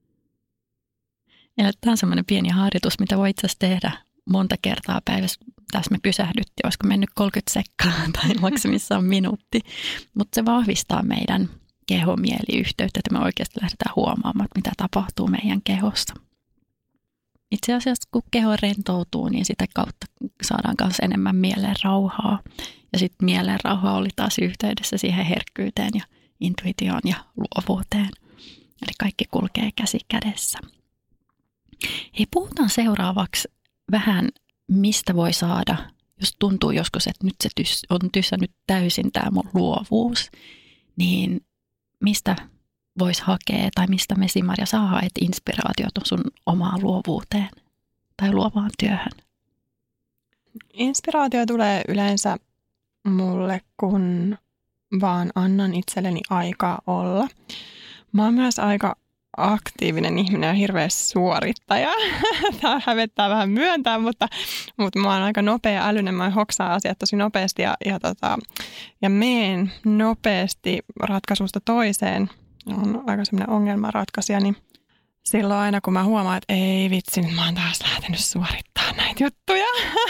Ja tämä on semmoinen pieni harjoitus, mitä voi itse asiassa tehdä monta kertaa päivässä. Tässä me pysähdyttiin, olisiko mennyt kolmekymmentä sekkaa tai maksimissaan minuutti. Mutta se vahvistaa meidän keho-mieli-yhteyttä, että me oikeasti lähdetään huomaamaan, että mitä tapahtuu meidän kehossa. Itse asiassa kun keho rentoutuu, niin sitä kautta saadaan myös enemmän mieleen rauhaa. Ja sitten mieleen rauha oli taas yhteydessä siihen herkkyyteen ja intuitioon ja luovuuteen. Eli kaikki kulkee käsi kädessä. Hei, puhutaan seuraavaksi vähän, mistä voi saada, jos tuntuu joskus, että nyt se tys, on tyssännyt täysin tämä mun luovuus, niin mistä voisi hakea tai mistä me, Sima-Maria, saa haet inspiraatiota sun omaan luovuuteen tai luovaan työhön? Inspiraatio tulee yleensä mulle, kun vaan annan itselleni aikaa olla. Mä oon myös aika aktiivinen ihminen ja hirveä suorittaja. Tämä hävettää vähän myöntää, mutta, mutta mä oon aika nopea ja älyinen. Mä hoksaan asiat tosi nopeasti ja, ja, tota, ja meen nopeasti ratkaisusta toiseen. On aika semmoinen ongelmanratkaisija, niin silloin aina kun mä huomaan, että ei vitsi, nyt mä oon taas lähtenyt suorittaa näitä juttuja.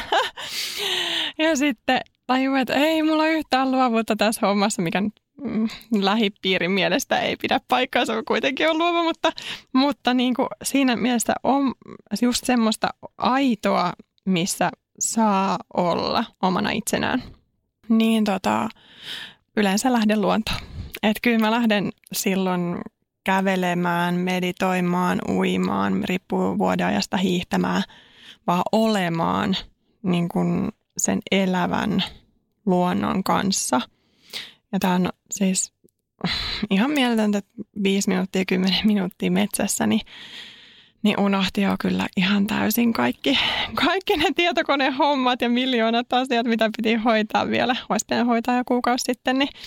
Ja sitten tajuin, että ei mulla ole yhtään luovuutta tässä hommassa, mikä mm, lähipiirin mielestä ei pidä paikkaansa, kun kuitenkin on luova, mutta, mutta niin kuin siinä mielessä on just semmoista aitoa, missä saa olla omana itsenään. Niin tota, yleensä lähden luontoon. Että kyllä mä lähden silloin kävelemään, meditoimaan, uimaan, riippuu vuodenajasta, hiihtämään, vaan olemaan niin kuin sen elävän luonnon kanssa. Ja tämä on siis ihan mieletöntä, että viisi minuuttia, kymmenen minuuttia metsässä, niin, niin unohti jo kyllä ihan täysin kaikki, kaikki ne tietokonehommat ja miljoonat asiat, mitä piti hoitaa vielä. Olisi pitänyt hoitaa jo kuukausi sitten. Niin.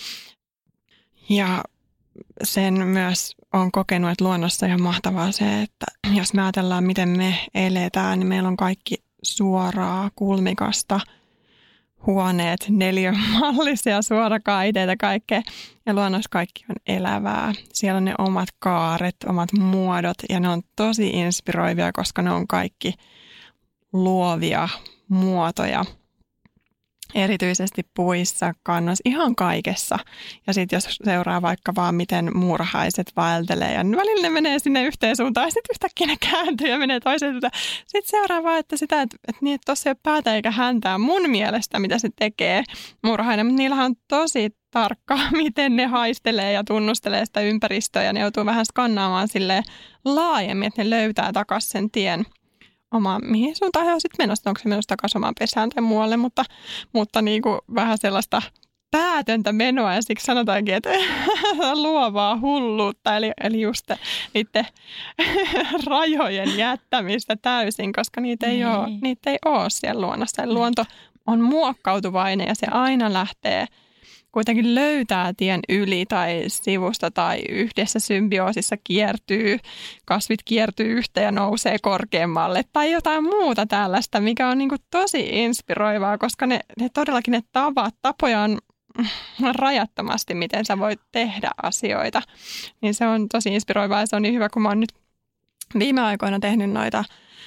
Ja sen myös on kokenut, että luonnossa ihan mahtavaa se, että jos me ajatellaan, miten me eletään, niin meillä on kaikki suoraa, kulmikasta, huoneet, neliömallisia, suorakaiteita, kaikkea. Ja luonnossa kaikki on elävää. Siellä on ne omat kaaret, omat muodot ja ne on tosi inspiroivia, koska ne on kaikki luovia muotoja. Erityisesti puissa, kannoissa, ihan kaikessa. Ja sitten jos seuraa vaikka vaan, miten muurahaiset vaeltelee ja välillä ne menee sinne yhteen suuntaan ja sitten yhtäkkiä ne kääntyy ja menee toiseen suuntaan. Sitten seuraa vaan, että sitä, että, että niin, tuossa ei ole päätä eikä häntää mun mielestä, mitä se tekee muurahainen. Mutta niillähän on tosi tarkka, miten ne haistelee ja tunnustelee sitä ympäristöä ja ne joutuu vähän skannaamaan silleen laajemmin, että ne löytää takaisin sen tien. Oma, mihin suuntaan he on sitten menossa, onko se menossa takaisin omaan pesään tai muualle, mutta, mutta niin kuin vähän sellaista päätöntä menoa ja siksi sanotaankin, että luovaa hulluutta, eli, eli just niiden rajojen jättämistä täysin, koska niitä ei, ole, niitä ei ole siellä luonnossa. Eli luonto on muokkautuvainen ja se aina lähtee, kuitenkin löytää tien yli tai sivusta tai yhdessä symbioosissa kiertyy, kasvit kiertyy yhteen ja nousee korkeammalle tai jotain muuta tällaista, mikä on niin kuin tosi inspiroivaa, koska ne, ne todellakin ne tavat, tapoja on rajattomasti, miten sä voit tehdä asioita. Niin se on tosi inspiroivaa ja se on niin hyvä, kun mä oon nyt viime aikoina tehnyt noita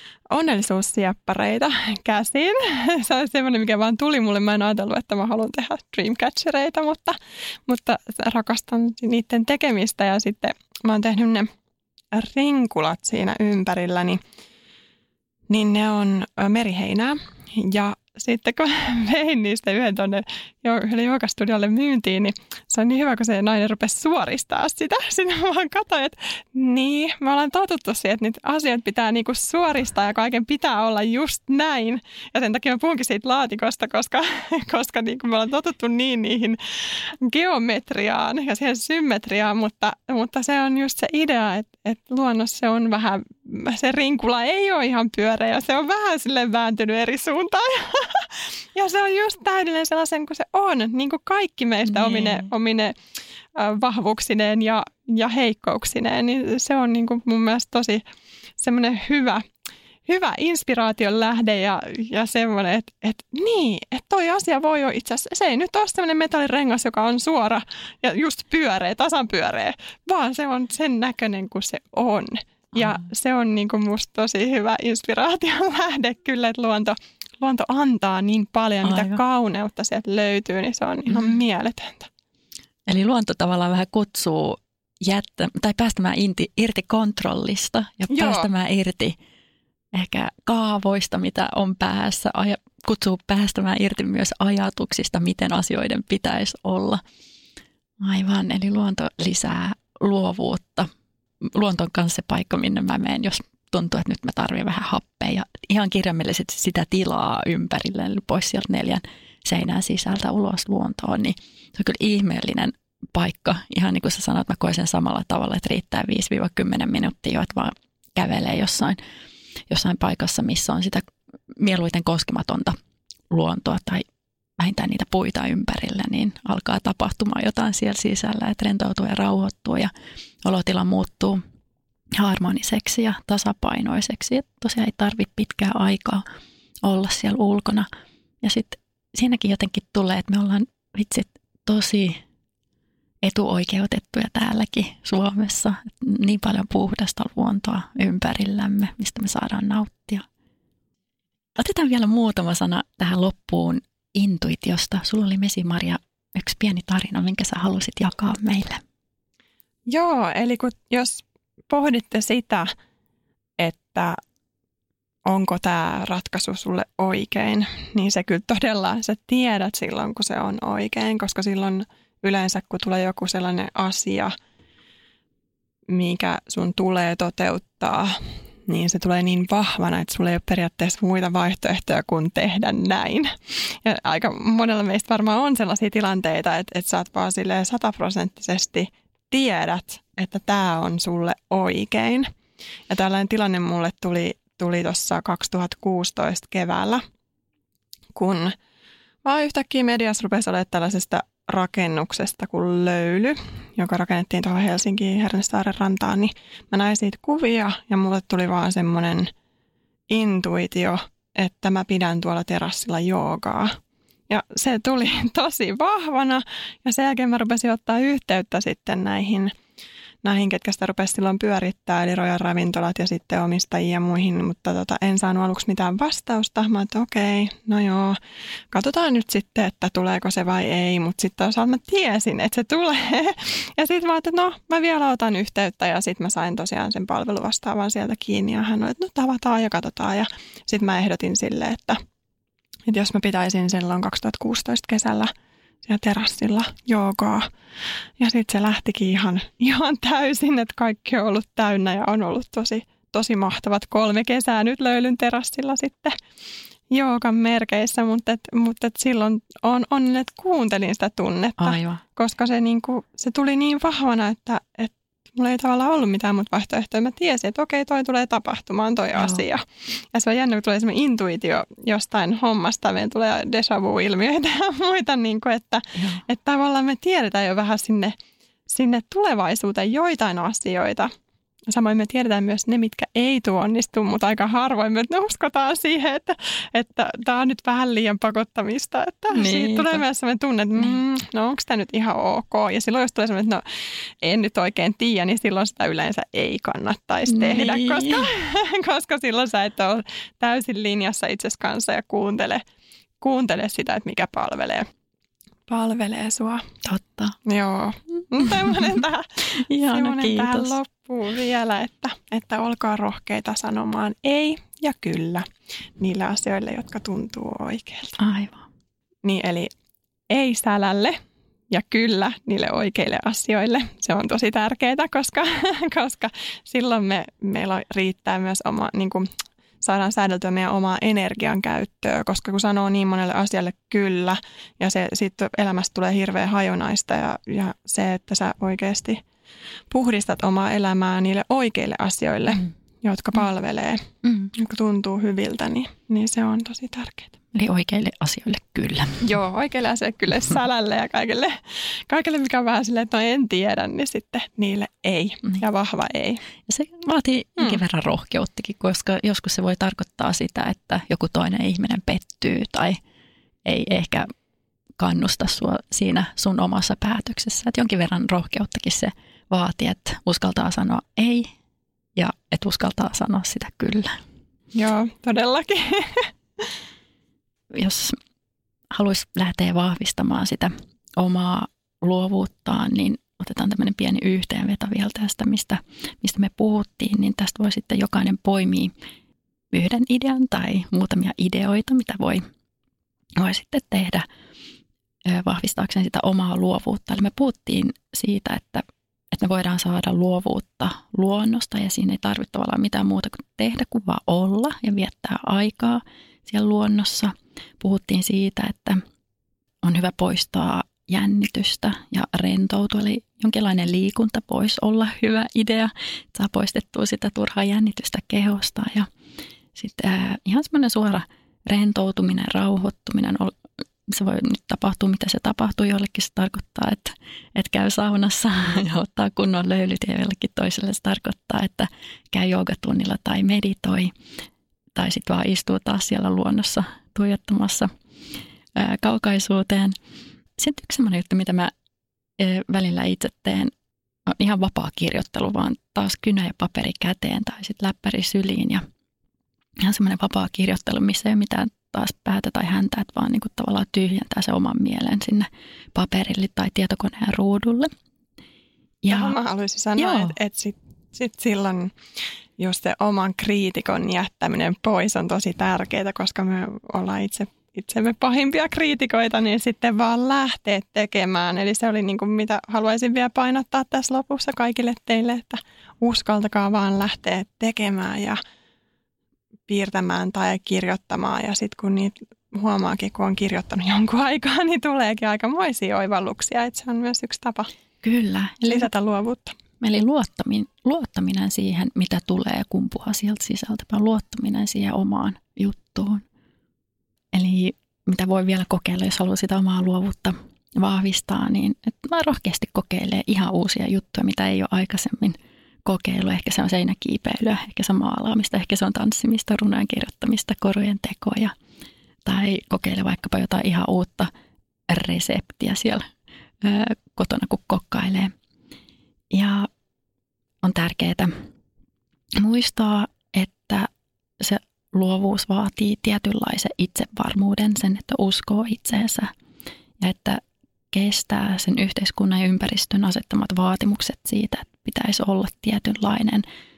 onnellisuussieppareita käsin. Se on semmoinen, mikä vaan tuli mulle. Mä en ajatellut, että mä haluan tehdä dreamcatchereita, mutta, mutta rakastan niiden tekemistä. Ja sitten mä oon tehnyt ne rinkulat siinä ympärillä, niin, niin ne on meriheinää. Ja sitten kun vein niistä yhden tuonne joogastudiolle myyntiin, niin se on niin hyvä, kun se nainen rupesi suoristaa sitä. Sitten mä vaan katsoin, että niin, me ollaan totuttu siihen, että niitä asioita pitää niinku suoristaa ja kaiken pitää olla just näin. Ja sen takia mä puhunkin siitä laatikosta, koska, koska niinku me ollaan totuttu niin niihin geometriaan ja siihen symmetriaan, mutta, mutta se on just se idea, että, että luonnossa se on vähän, se rinkula ei ole ihan pyöreä ja se on vähän silleen vääntynyt eri suuntaan. Ja se on just täydellinen sellaisen kuin se on, niin kuin kaikki meistä niin. omine, omine äh, vahvuuksineen ja, ja heikkouksineen. Niin se on niin kuin mun mielestä tosi semmoinen hyvä, hyvä inspiraation lähde ja, ja semmoinen, että, että niin, että toi asia voi olla itse asiassa, se ei nyt ole semmoinen metallirengas, joka on suora ja just pyöreä, tasan pyöreä, vaan se on sen näköinen kuin se on. Ja mm. se on niin kuin musta tosi hyvä inspiraation lähde kyllä, että luonto Luonto antaa niin paljon, Aivan. mitä kauneutta sieltä löytyy, niin se on ihan mm. mieletöntä. Eli luonto tavallaan vähän kutsuu jättä, tai päästämään inti, irti kontrollista ja Joo. päästämään irti ehkä kaavoista, mitä on päässä. Aja, kutsuu päästämään irti myös ajatuksista, miten asioiden pitäisi olla. Aivan, eli luonto lisää luovuutta. Luonto on kanssa se paikka, minne mä menen, jos tuntuu, että nyt mä tarvitsen vähän happea ja ihan kirjaimellisesti sitä tilaa ympärille, eli pois sieltä neljän seinän sisältä ulos luontoon, niin se on kyllä ihmeellinen paikka. Ihan niin kuin sä sanoit, mä koen sen samalla tavalla, että riittää viisi kymmenen minuuttia, että vaan kävelee jossain, jossain paikassa, missä on sitä mieluiten koskematonta luontoa tai vähintään niitä puita ympärillä, niin alkaa tapahtumaan jotain siellä sisällä, että rentoutuu ja rauhoittuu ja olotila muuttuu harmoniseksi ja tasapainoiseksi. Että tosiaan ei tarvitse pitkää aikaa olla siellä ulkona. Ja sitten siinäkin jotenkin tulee, että me ollaan vitsit tosi etuoikeutettuja täälläkin Suomessa. Niin paljon puhdasta luontoa ympärillämme, mistä me saadaan nauttia. Otetaan vielä muutama sana tähän loppuun intuitiosta. Sulla oli Mesi-Maria yksi pieni tarina, minkä sä halusit jakaa meille. Joo, eli kun, jos pohditte sitä, että onko tämä ratkaisu sulle oikein, niin se kyllä todella, sä tiedät silloin, kun se on oikein, koska silloin yleensä, kun tulee joku sellainen asia, mikä sun tulee toteuttaa, niin se tulee niin vahvana, että sulla ei ole periaatteessa muita vaihtoehtoja kuin tehdä näin. Ja aika monella meistä varmaan on sellaisia tilanteita, että, että sä oot vaan silleen sataprosenttisesti tiedät, että tämä on sulle oikein. Ja tällainen tilanne mulle tuli, tuli tuossa kaksituhattakuusitoista keväällä, kun vaan yhtäkkiä mediassa rupesi olemaan tällaisesta rakennuksesta kuin Löyly, joka rakennettiin tuohon Helsinkiin Hernesaaren rantaan, niin mä näin siitä kuvia ja mulle tuli vaan semmoinen intuitio, että mä pidän tuolla terassilla joogaa. Ja se tuli tosi vahvana ja sen jälkeen mä rupesin ottaa yhteyttä sitten näihin, näihin ketkä sitä rupesi silloin pyörittää, eli Royal Ravintolat ja sitten omistajia ja muihin, mutta tota, en saanut aluksi mitään vastausta. Mä että okei, no joo, katsotaan nyt sitten, että tuleeko se vai ei, mutta sitten toisaalta mä tiesin, että se tulee. Ja sitten mä ajattelin, että no mä vielä otan yhteyttä ja sitten mä sain tosiaan sen palveluvastaavan sieltä kiinni ja hän oli, että no tavataan ja katsotaan ja sitten mä ehdotin sille, että, että jos mä pitäisin silloin kaksituhattakuusitoista kesällä siellä terassilla joogaa. Ja sitten se lähtikin ihan, ihan täysin, että kaikki on ollut täynnä ja on ollut tosi, tosi mahtavat kolme kesää nyt Löylyn terassilla sitten joogan merkeissä, mutta, et, mutta et silloin on onnen, että kuuntelin sitä tunnetta, Aivan. koska se, niinku, se tuli niin vahvana, että, että mulla ei tavallaan ollut mitään muuta vaihtoehtoja. Mä tiesin, että okei, toi tulee tapahtumaan toi Joo. asia. Ja se on jännä, kun tulee semmoinen intuitio jostain hommasta. Meillä tulee déjà vu-ilmiöitä ja muita, niin kuin, että, että tavallaan me tiedetään jo vähän sinne, sinne tulevaisuuteen joitain asioita. Samoin me tiedetään myös ne, mitkä ei tule onnistu, mutta aika harvoin me uskotaan siihen, että, että tämä on nyt vähän liian pakottamista. Että niin, siitä tulee myös sellainen tunne, että mm, no onko tämä nyt ihan ok. Ja silloin jos tulee sellainen, että no en nyt oikein tiedä, niin silloin sitä yleensä ei kannattaisi tehdä, niin. koska, koska silloin sä et ole täysin linjassa itsesi kanssa ja kuuntele, kuuntele sitä, että mikä palvelee. Palvelee sua. Totta. Joo. Tällainen tähän, tähän loppuun vielä, että, että olkaa rohkeita sanomaan ei ja kyllä niille asioille, jotka tuntuu oikeilta. Aivan. Niin eli ei sälälle ja kyllä niille oikeille asioille. Se on tosi tärkeää, koska, koska silloin me, meillä riittää myös oma... Niin kuin, saadaan säädeltyä meidän omaa energian käyttöä, koska kun sanoo niin monelle asialle kyllä, ja se sitten elämästä tulee hirveän hajonaista, ja, ja se, että sä oikeasti puhdistat omaa elämää niille oikeille asioille, mm. jotka palvelee, mm. jotka tuntuu hyviltä, niin, niin se on tosi tärkeää. Eli oikeille asioille kyllä. Joo, oikeille asioille kyllä, sälälle ja kaikille, kaikille mikä on vähän silleen, että no en tiedä, niin sitten niille ei mm. ja vahva ei. Ja se vaatii jonkin mm. verran rohkeuttakin, koska joskus se voi tarkoittaa sitä, että joku toinen ihminen pettyy tai ei ehkä kannusta sua siinä sun omassa päätöksessä. Että jonkin verran rohkeuttakin se vaatii, että uskaltaa sanoa ei ja että uskaltaa sanoa sitä kyllä. Joo, todellakin. Jos haluaisi lähteä vahvistamaan sitä omaa luovuuttaan, niin otetaan tämmöinen pieni yhteenveto vielä tästä, mistä, mistä me puhuttiin, niin tästä voi sitten jokainen poimia yhden idean tai muutamia ideoita, mitä voi, voi sitten tehdä vahvistaakseen sitä omaa luovuutta. Eli me puhuttiin siitä, että, että me voidaan saada luovuutta luonnosta ja siinä ei tarvitse tavallaan mitään muuta kuin tehdä kuin vaan olla ja viettää aikaa siellä luonnossa. Puhuttiin siitä, että on hyvä poistaa jännitystä ja rentoutua. Eli jonkinlainen liikunta voisi olla hyvä idea. Saa poistettua sitä turhaa jännitystä kehosta. Ja sitten äh, ihan semmoinen suora rentoutuminen, rauhoittuminen. Se voi nyt tapahtua, mitä se tapahtuu. Jollekin se tarkoittaa, että, että käy saunassa ja ottaa kunnon löylyt. Ja jollekin toiselle se tarkoittaa, että käy joogatunnilla tai meditoi. Tai sitten vaan istuu taas siellä luonnossa tuijottamassa ää, kaukaisuuteen. Sitten yksi sellainen juttu, mitä mä ää, välillä itse teen, on ihan vapaa kirjoittelu, vaan taas kynä ja paperi käteen tai sitten läppäri syliin. Ja ihan semmoinen vapaa kirjoittelu, missä ei ole mitään taas päätä tai häntä, että vaan niinku tavallaan tyhjentää se oman mielen sinne paperille tai tietokoneen ruudulle. Ja mä haluaisin sanoa, että, että sitten sit silloin just se oman kriitikon jättäminen pois on tosi tärkeää, koska me ollaan itse itsemme pahimpia kriitikoita, niin sitten vaan lähteä tekemään. Eli se oli niin kuin mitä haluaisin vielä painottaa tässä lopussa kaikille teille, että uskaltakaa vaan lähteä tekemään ja piirtämään tai kirjoittamaan. Ja sitten kun niitä huomaakin, kun on kirjoittanut jonkun aikaa, niin tuleekin aikamoisia oivalluksia. Että se on myös yksi tapa Kyllä. lisätä luovuutta. Eli luottaminen, luottaminen siihen, mitä tulee kumpuaa sieltä sisältä, vaan luottaminen siihen omaan juttuun. Eli mitä voi vielä kokeilla, jos haluaa sitä omaa luovuutta vahvistaa, niin että mä rohkeasti kokeilee ihan uusia juttuja, mitä ei ole aikaisemmin kokeillut. Ehkä se on seinäkiipeilyä, ehkä se on maalaamista, ehkä se on tanssimista, runojen kirjoittamista, korujen tekoja. Tai kokeile vaikkapa jotain ihan uutta reseptiä siellä ää, kotona, kun kokkailee. Ja on tärkeää muistaa, että se luovuus vaatii tietynlaisen itsevarmuuden, sen, että uskoo itseensä ja että kestää sen yhteiskunnan ja ympäristön asettamat vaatimukset siitä, että pitäisi olla tietynlainen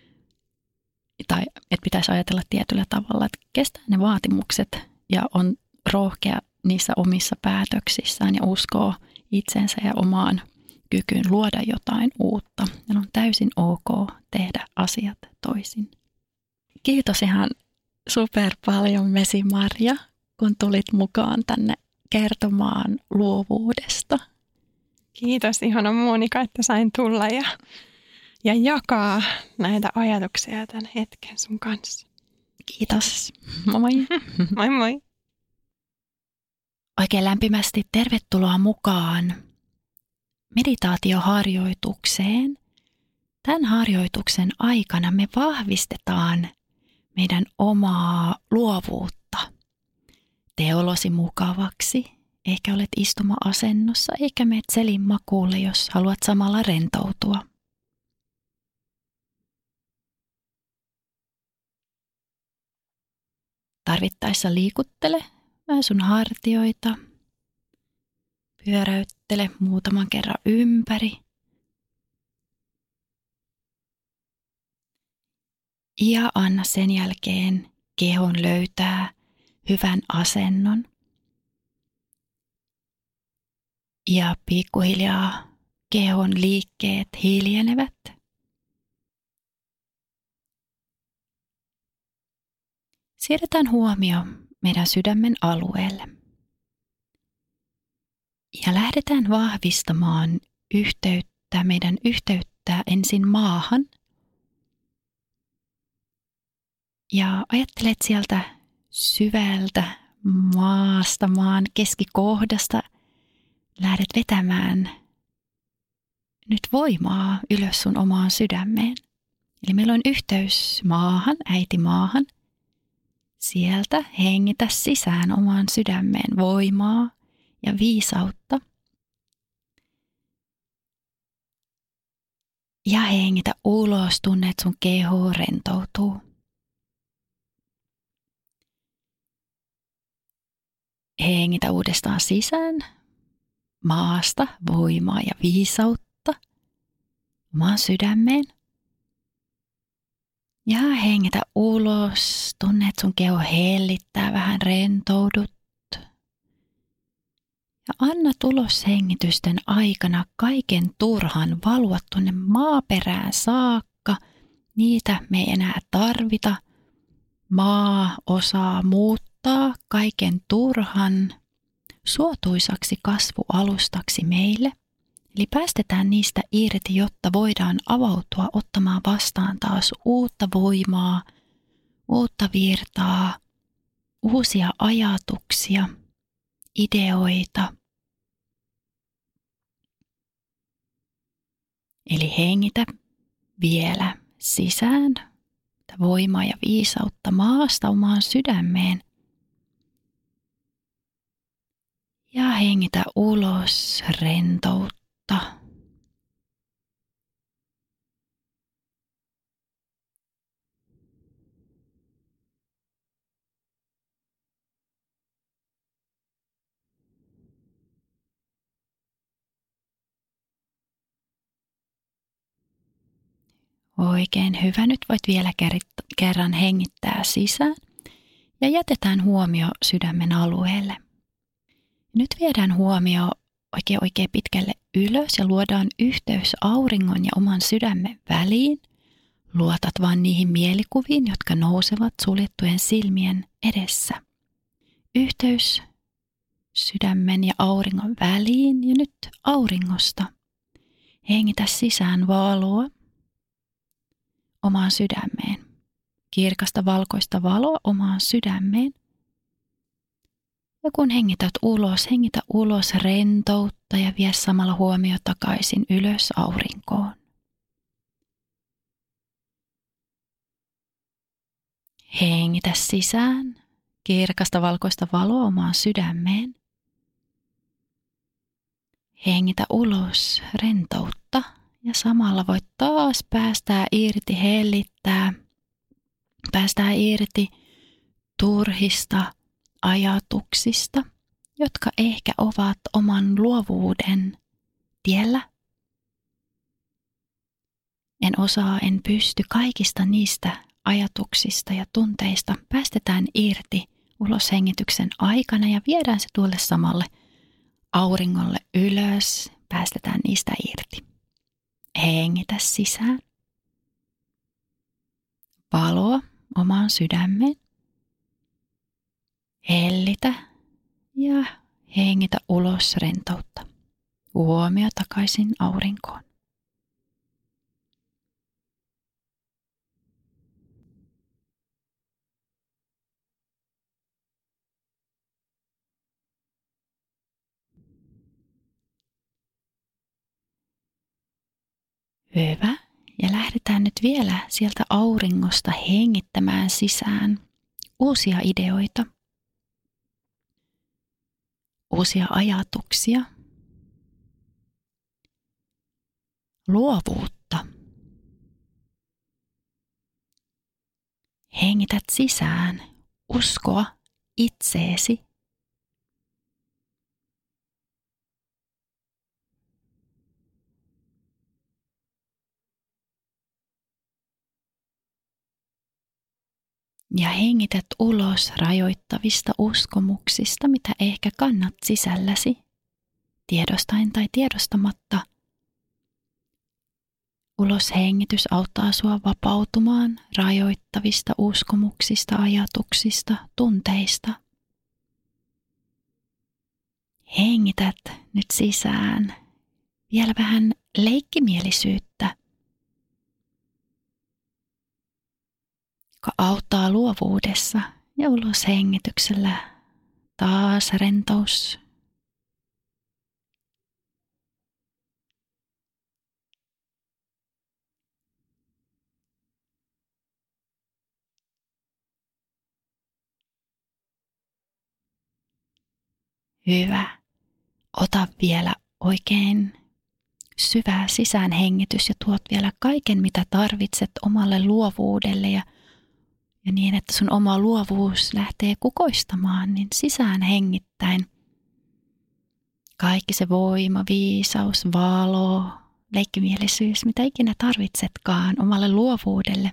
tai että pitäisi ajatella tietyllä tavalla, että kestää ne vaatimukset ja on rohkea niissä omissa päätöksissään ja uskoo itsensä ja omaan kykyyn luoda jotain uutta. Ja on täysin ok tehdä asiat toisin. Kiitos ihan super paljon Vesi-Marja, kun tulit mukaan tänne kertomaan luovuudesta. Kiitos ihana Monika, että sain tulla ja, ja jakaa näitä ajatuksia tämän hetken sun kanssa. Kiitos. Moi moi. Moi moi. Oikein lämpimästi tervetuloa mukaan meditaatioharjoitukseen. Tämän harjoituksen aikana me vahvistetaan meidän omaa luovuutta. Tee olosi mukavaksi. Ehkä olet istuma-asennossa, eikä meet selin makuulle, jos haluat samalla rentoutua. Tarvittaessa liikuttele vähän sun hartioita. Pyöräyttele muutaman kerran ympäri. Ja anna sen jälkeen kehon löytää hyvän asennon. Ja pikkuhiljaa kehon liikkeet hiljenevät. Siirretään huomio meidän sydämen alueelle. Ja lähdetään vahvistamaan yhteyttä, meidän yhteyttä ensin maahan. Ja ajattelet sieltä syvältä maasta, maan keskikohdasta, lähdet vetämään nyt voimaa ylös sun omaan sydämeen. Eli meillä on yhteys maahan, äiti maahan. Sieltä hengitä sisään omaan sydämeen voimaa ja viisautta. Ja hengitä ulos, tunne, että sun keho rentoutuu. Hengitä uudestaan sisään, maasta, voimaa ja viisautta omaan sydämeen. Ja hengitä ulos, tunne, että sun keho hellittää, vähän rentoudut. Ja anna ulos hengitysten aikana kaiken turhan valua tuonne maaperään saakka. Niitä me ei enää tarvita. Maa osaa muuttaa kaiken turhan suotuisaksi kasvualustaksi meille. Eli päästetään niistä irti, jotta voidaan avautua ottamaan vastaan taas uutta voimaa, uutta virtaa, uusia ajatuksia, ideoita. Eli hengitä vielä sisään voimaa ja viisautta maasta omaan sydämeen. Ja hengitä ulos rentoutta. Oikein hyvä. Nyt voit vielä kerran hengittää sisään ja jätetään huomio sydämen alueelle. Nyt viedään huomio oikein oikein pitkälle ylös ja luodaan yhteys auringon ja oman sydämen väliin. Luotat vaan niihin mielikuviin, jotka nousevat suljettujen silmien edessä. Yhteys sydämen ja auringon väliin ja nyt auringosta. Hengitä sisään valoa omaan sydämeen. Kirkasta valkoista valoa omaan sydämeen. Ja kun hengität ulos, hengitä ulos rentoutta ja vie samalla huomio takaisin ylös aurinkoon. Hengitä sisään, kirkasta valkoista valoa omaan sydämeen. Hengitä ulos rentoutta ja samalla voit taas päästää irti, hellittää, päästää irti turhista ajatuksista, jotka ehkä ovat oman luovuuden tiellä. En osaa, en pysty kaikista niistä ajatuksista ja tunteista. Päästetään irti ulos hengityksen aikana ja viedään se tuolle samalle auringolle ylös. Päästetään niistä irti. Hengitä sisään. Valoa omaan sydämeen. Hellitä ja hengitä ulos rentoutta. Huomio takaisin aurinkoon. Hyvä. Ja lähdetään nyt vielä sieltä auringosta hengittämään sisään uusia ideoita. Uusia ajatuksia, luovuutta. Hengität sisään uskoa itseesi. Ja hengität ulos rajoittavista uskomuksista, mitä ehkä kannat sisälläsi, tiedostain tai tiedostamatta. Ulos hengitys auttaa sua vapautumaan rajoittavista uskomuksista, ajatuksista, tunteista. Hengität nyt sisään vielä vähän leikkimielisyyttä, joka auttaa luovuudessa, ja ulos hengityksellä taas rentous. Hyvä. Ota vielä oikein syvää sisäänhengitys ja tuot vielä kaiken, mitä tarvitset omalle luovuudelle ja, ja niin, että sun oma luovuus lähtee kukoistamaan, niin sisään hengittäen. Kaikki se voima, viisaus, valo, leikkimielisyys, mitä ikinä tarvitsetkaan omalle luovuudelle.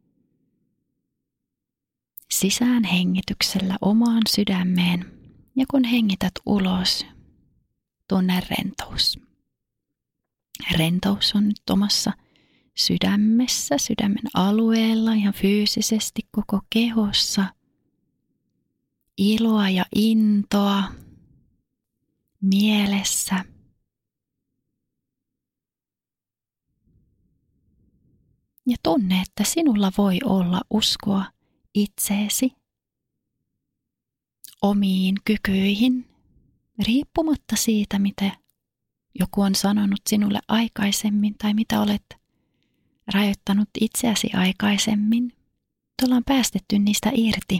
Sisään hengityksellä omaan sydämeen. Ja kun hengität ulos, tunne rentous. Rentous on nyt omassa sydämessä, sydämen alueella, ihan fyysisesti koko kehossa. Iloa ja intoa, mielessä. Ja tunne, että sinulla voi olla uskoa itseesi, omiin kykyihin, riippumatta siitä, mitä joku on sanonut sinulle aikaisemmin tai mitä olet rajoittanut itseäsi aikaisemmin. Ollaan päästetty niistä irti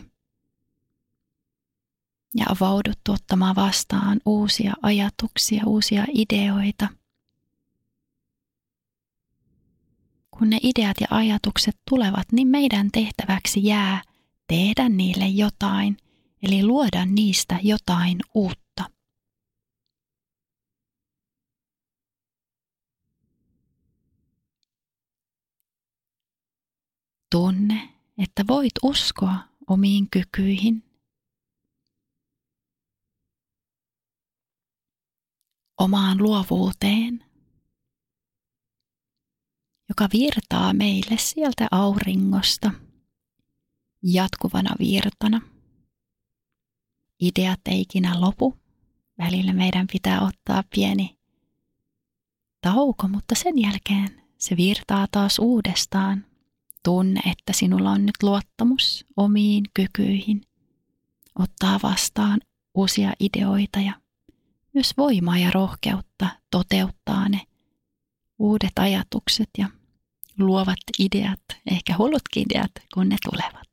ja avauduttu ottamaan vastaan uusia ajatuksia, uusia ideoita. Kun ne ideat ja ajatukset tulevat, niin meidän tehtäväksi jää tehdä niille jotain, eli luoda niistä jotain uutta. Tunne, että voit uskoa omiin kykyihin, omaan luovuuteen, joka virtaa meille sieltä auringosta jatkuvana virtana. Ideat ei ikinä lopu. Välillä meidän pitää ottaa pieni tauko, mutta sen jälkeen se virtaa taas uudestaan. Tunne, että sinulla on nyt luottamus omiin kykyihin, ottaa vastaan uusia ideoita ja myös voimaa ja rohkeutta toteuttaa ne uudet ajatukset ja luovat ideat, ehkä hullutkin ideat, kun ne tulevat.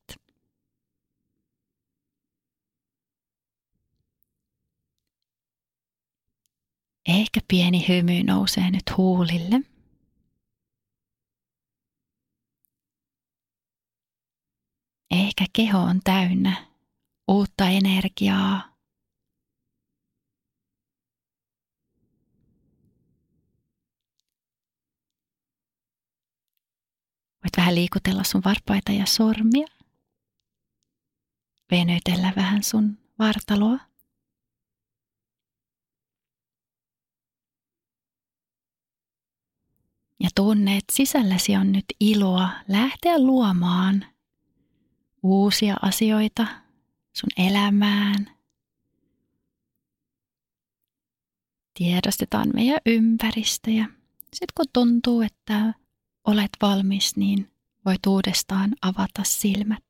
Ehkä pieni hymy nousee nyt huulille. Ehkä keho on täynnä uutta energiaa. Voit vähän liikutella sun varpaita ja sormia. Venytellä vähän sun vartaloa. Ja tunne, että sisälläsi on nyt iloa lähteä luomaan uusia asioita sun elämään. Tiedostetaan meidän ympäristö ja sitten kun tuntuu, että olet valmis, niin voit uudestaan avata silmät.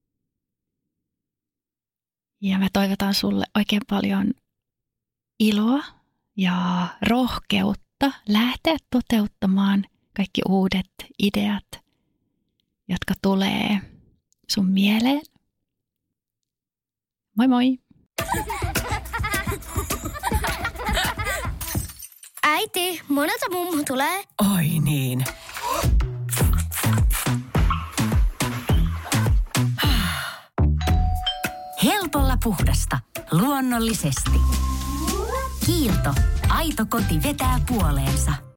Ja mä toivotan sulle oikein paljon iloa ja rohkeutta lähteä toteuttamaan kaikki uudet ideat, jotka tulee sun mieleen. Moi moi! Äiti, monelta mummu tulee? Oi niin. Helpolla puhdasta. Luonnollisesti. Kiilto. Aito koti vetää puoleensa.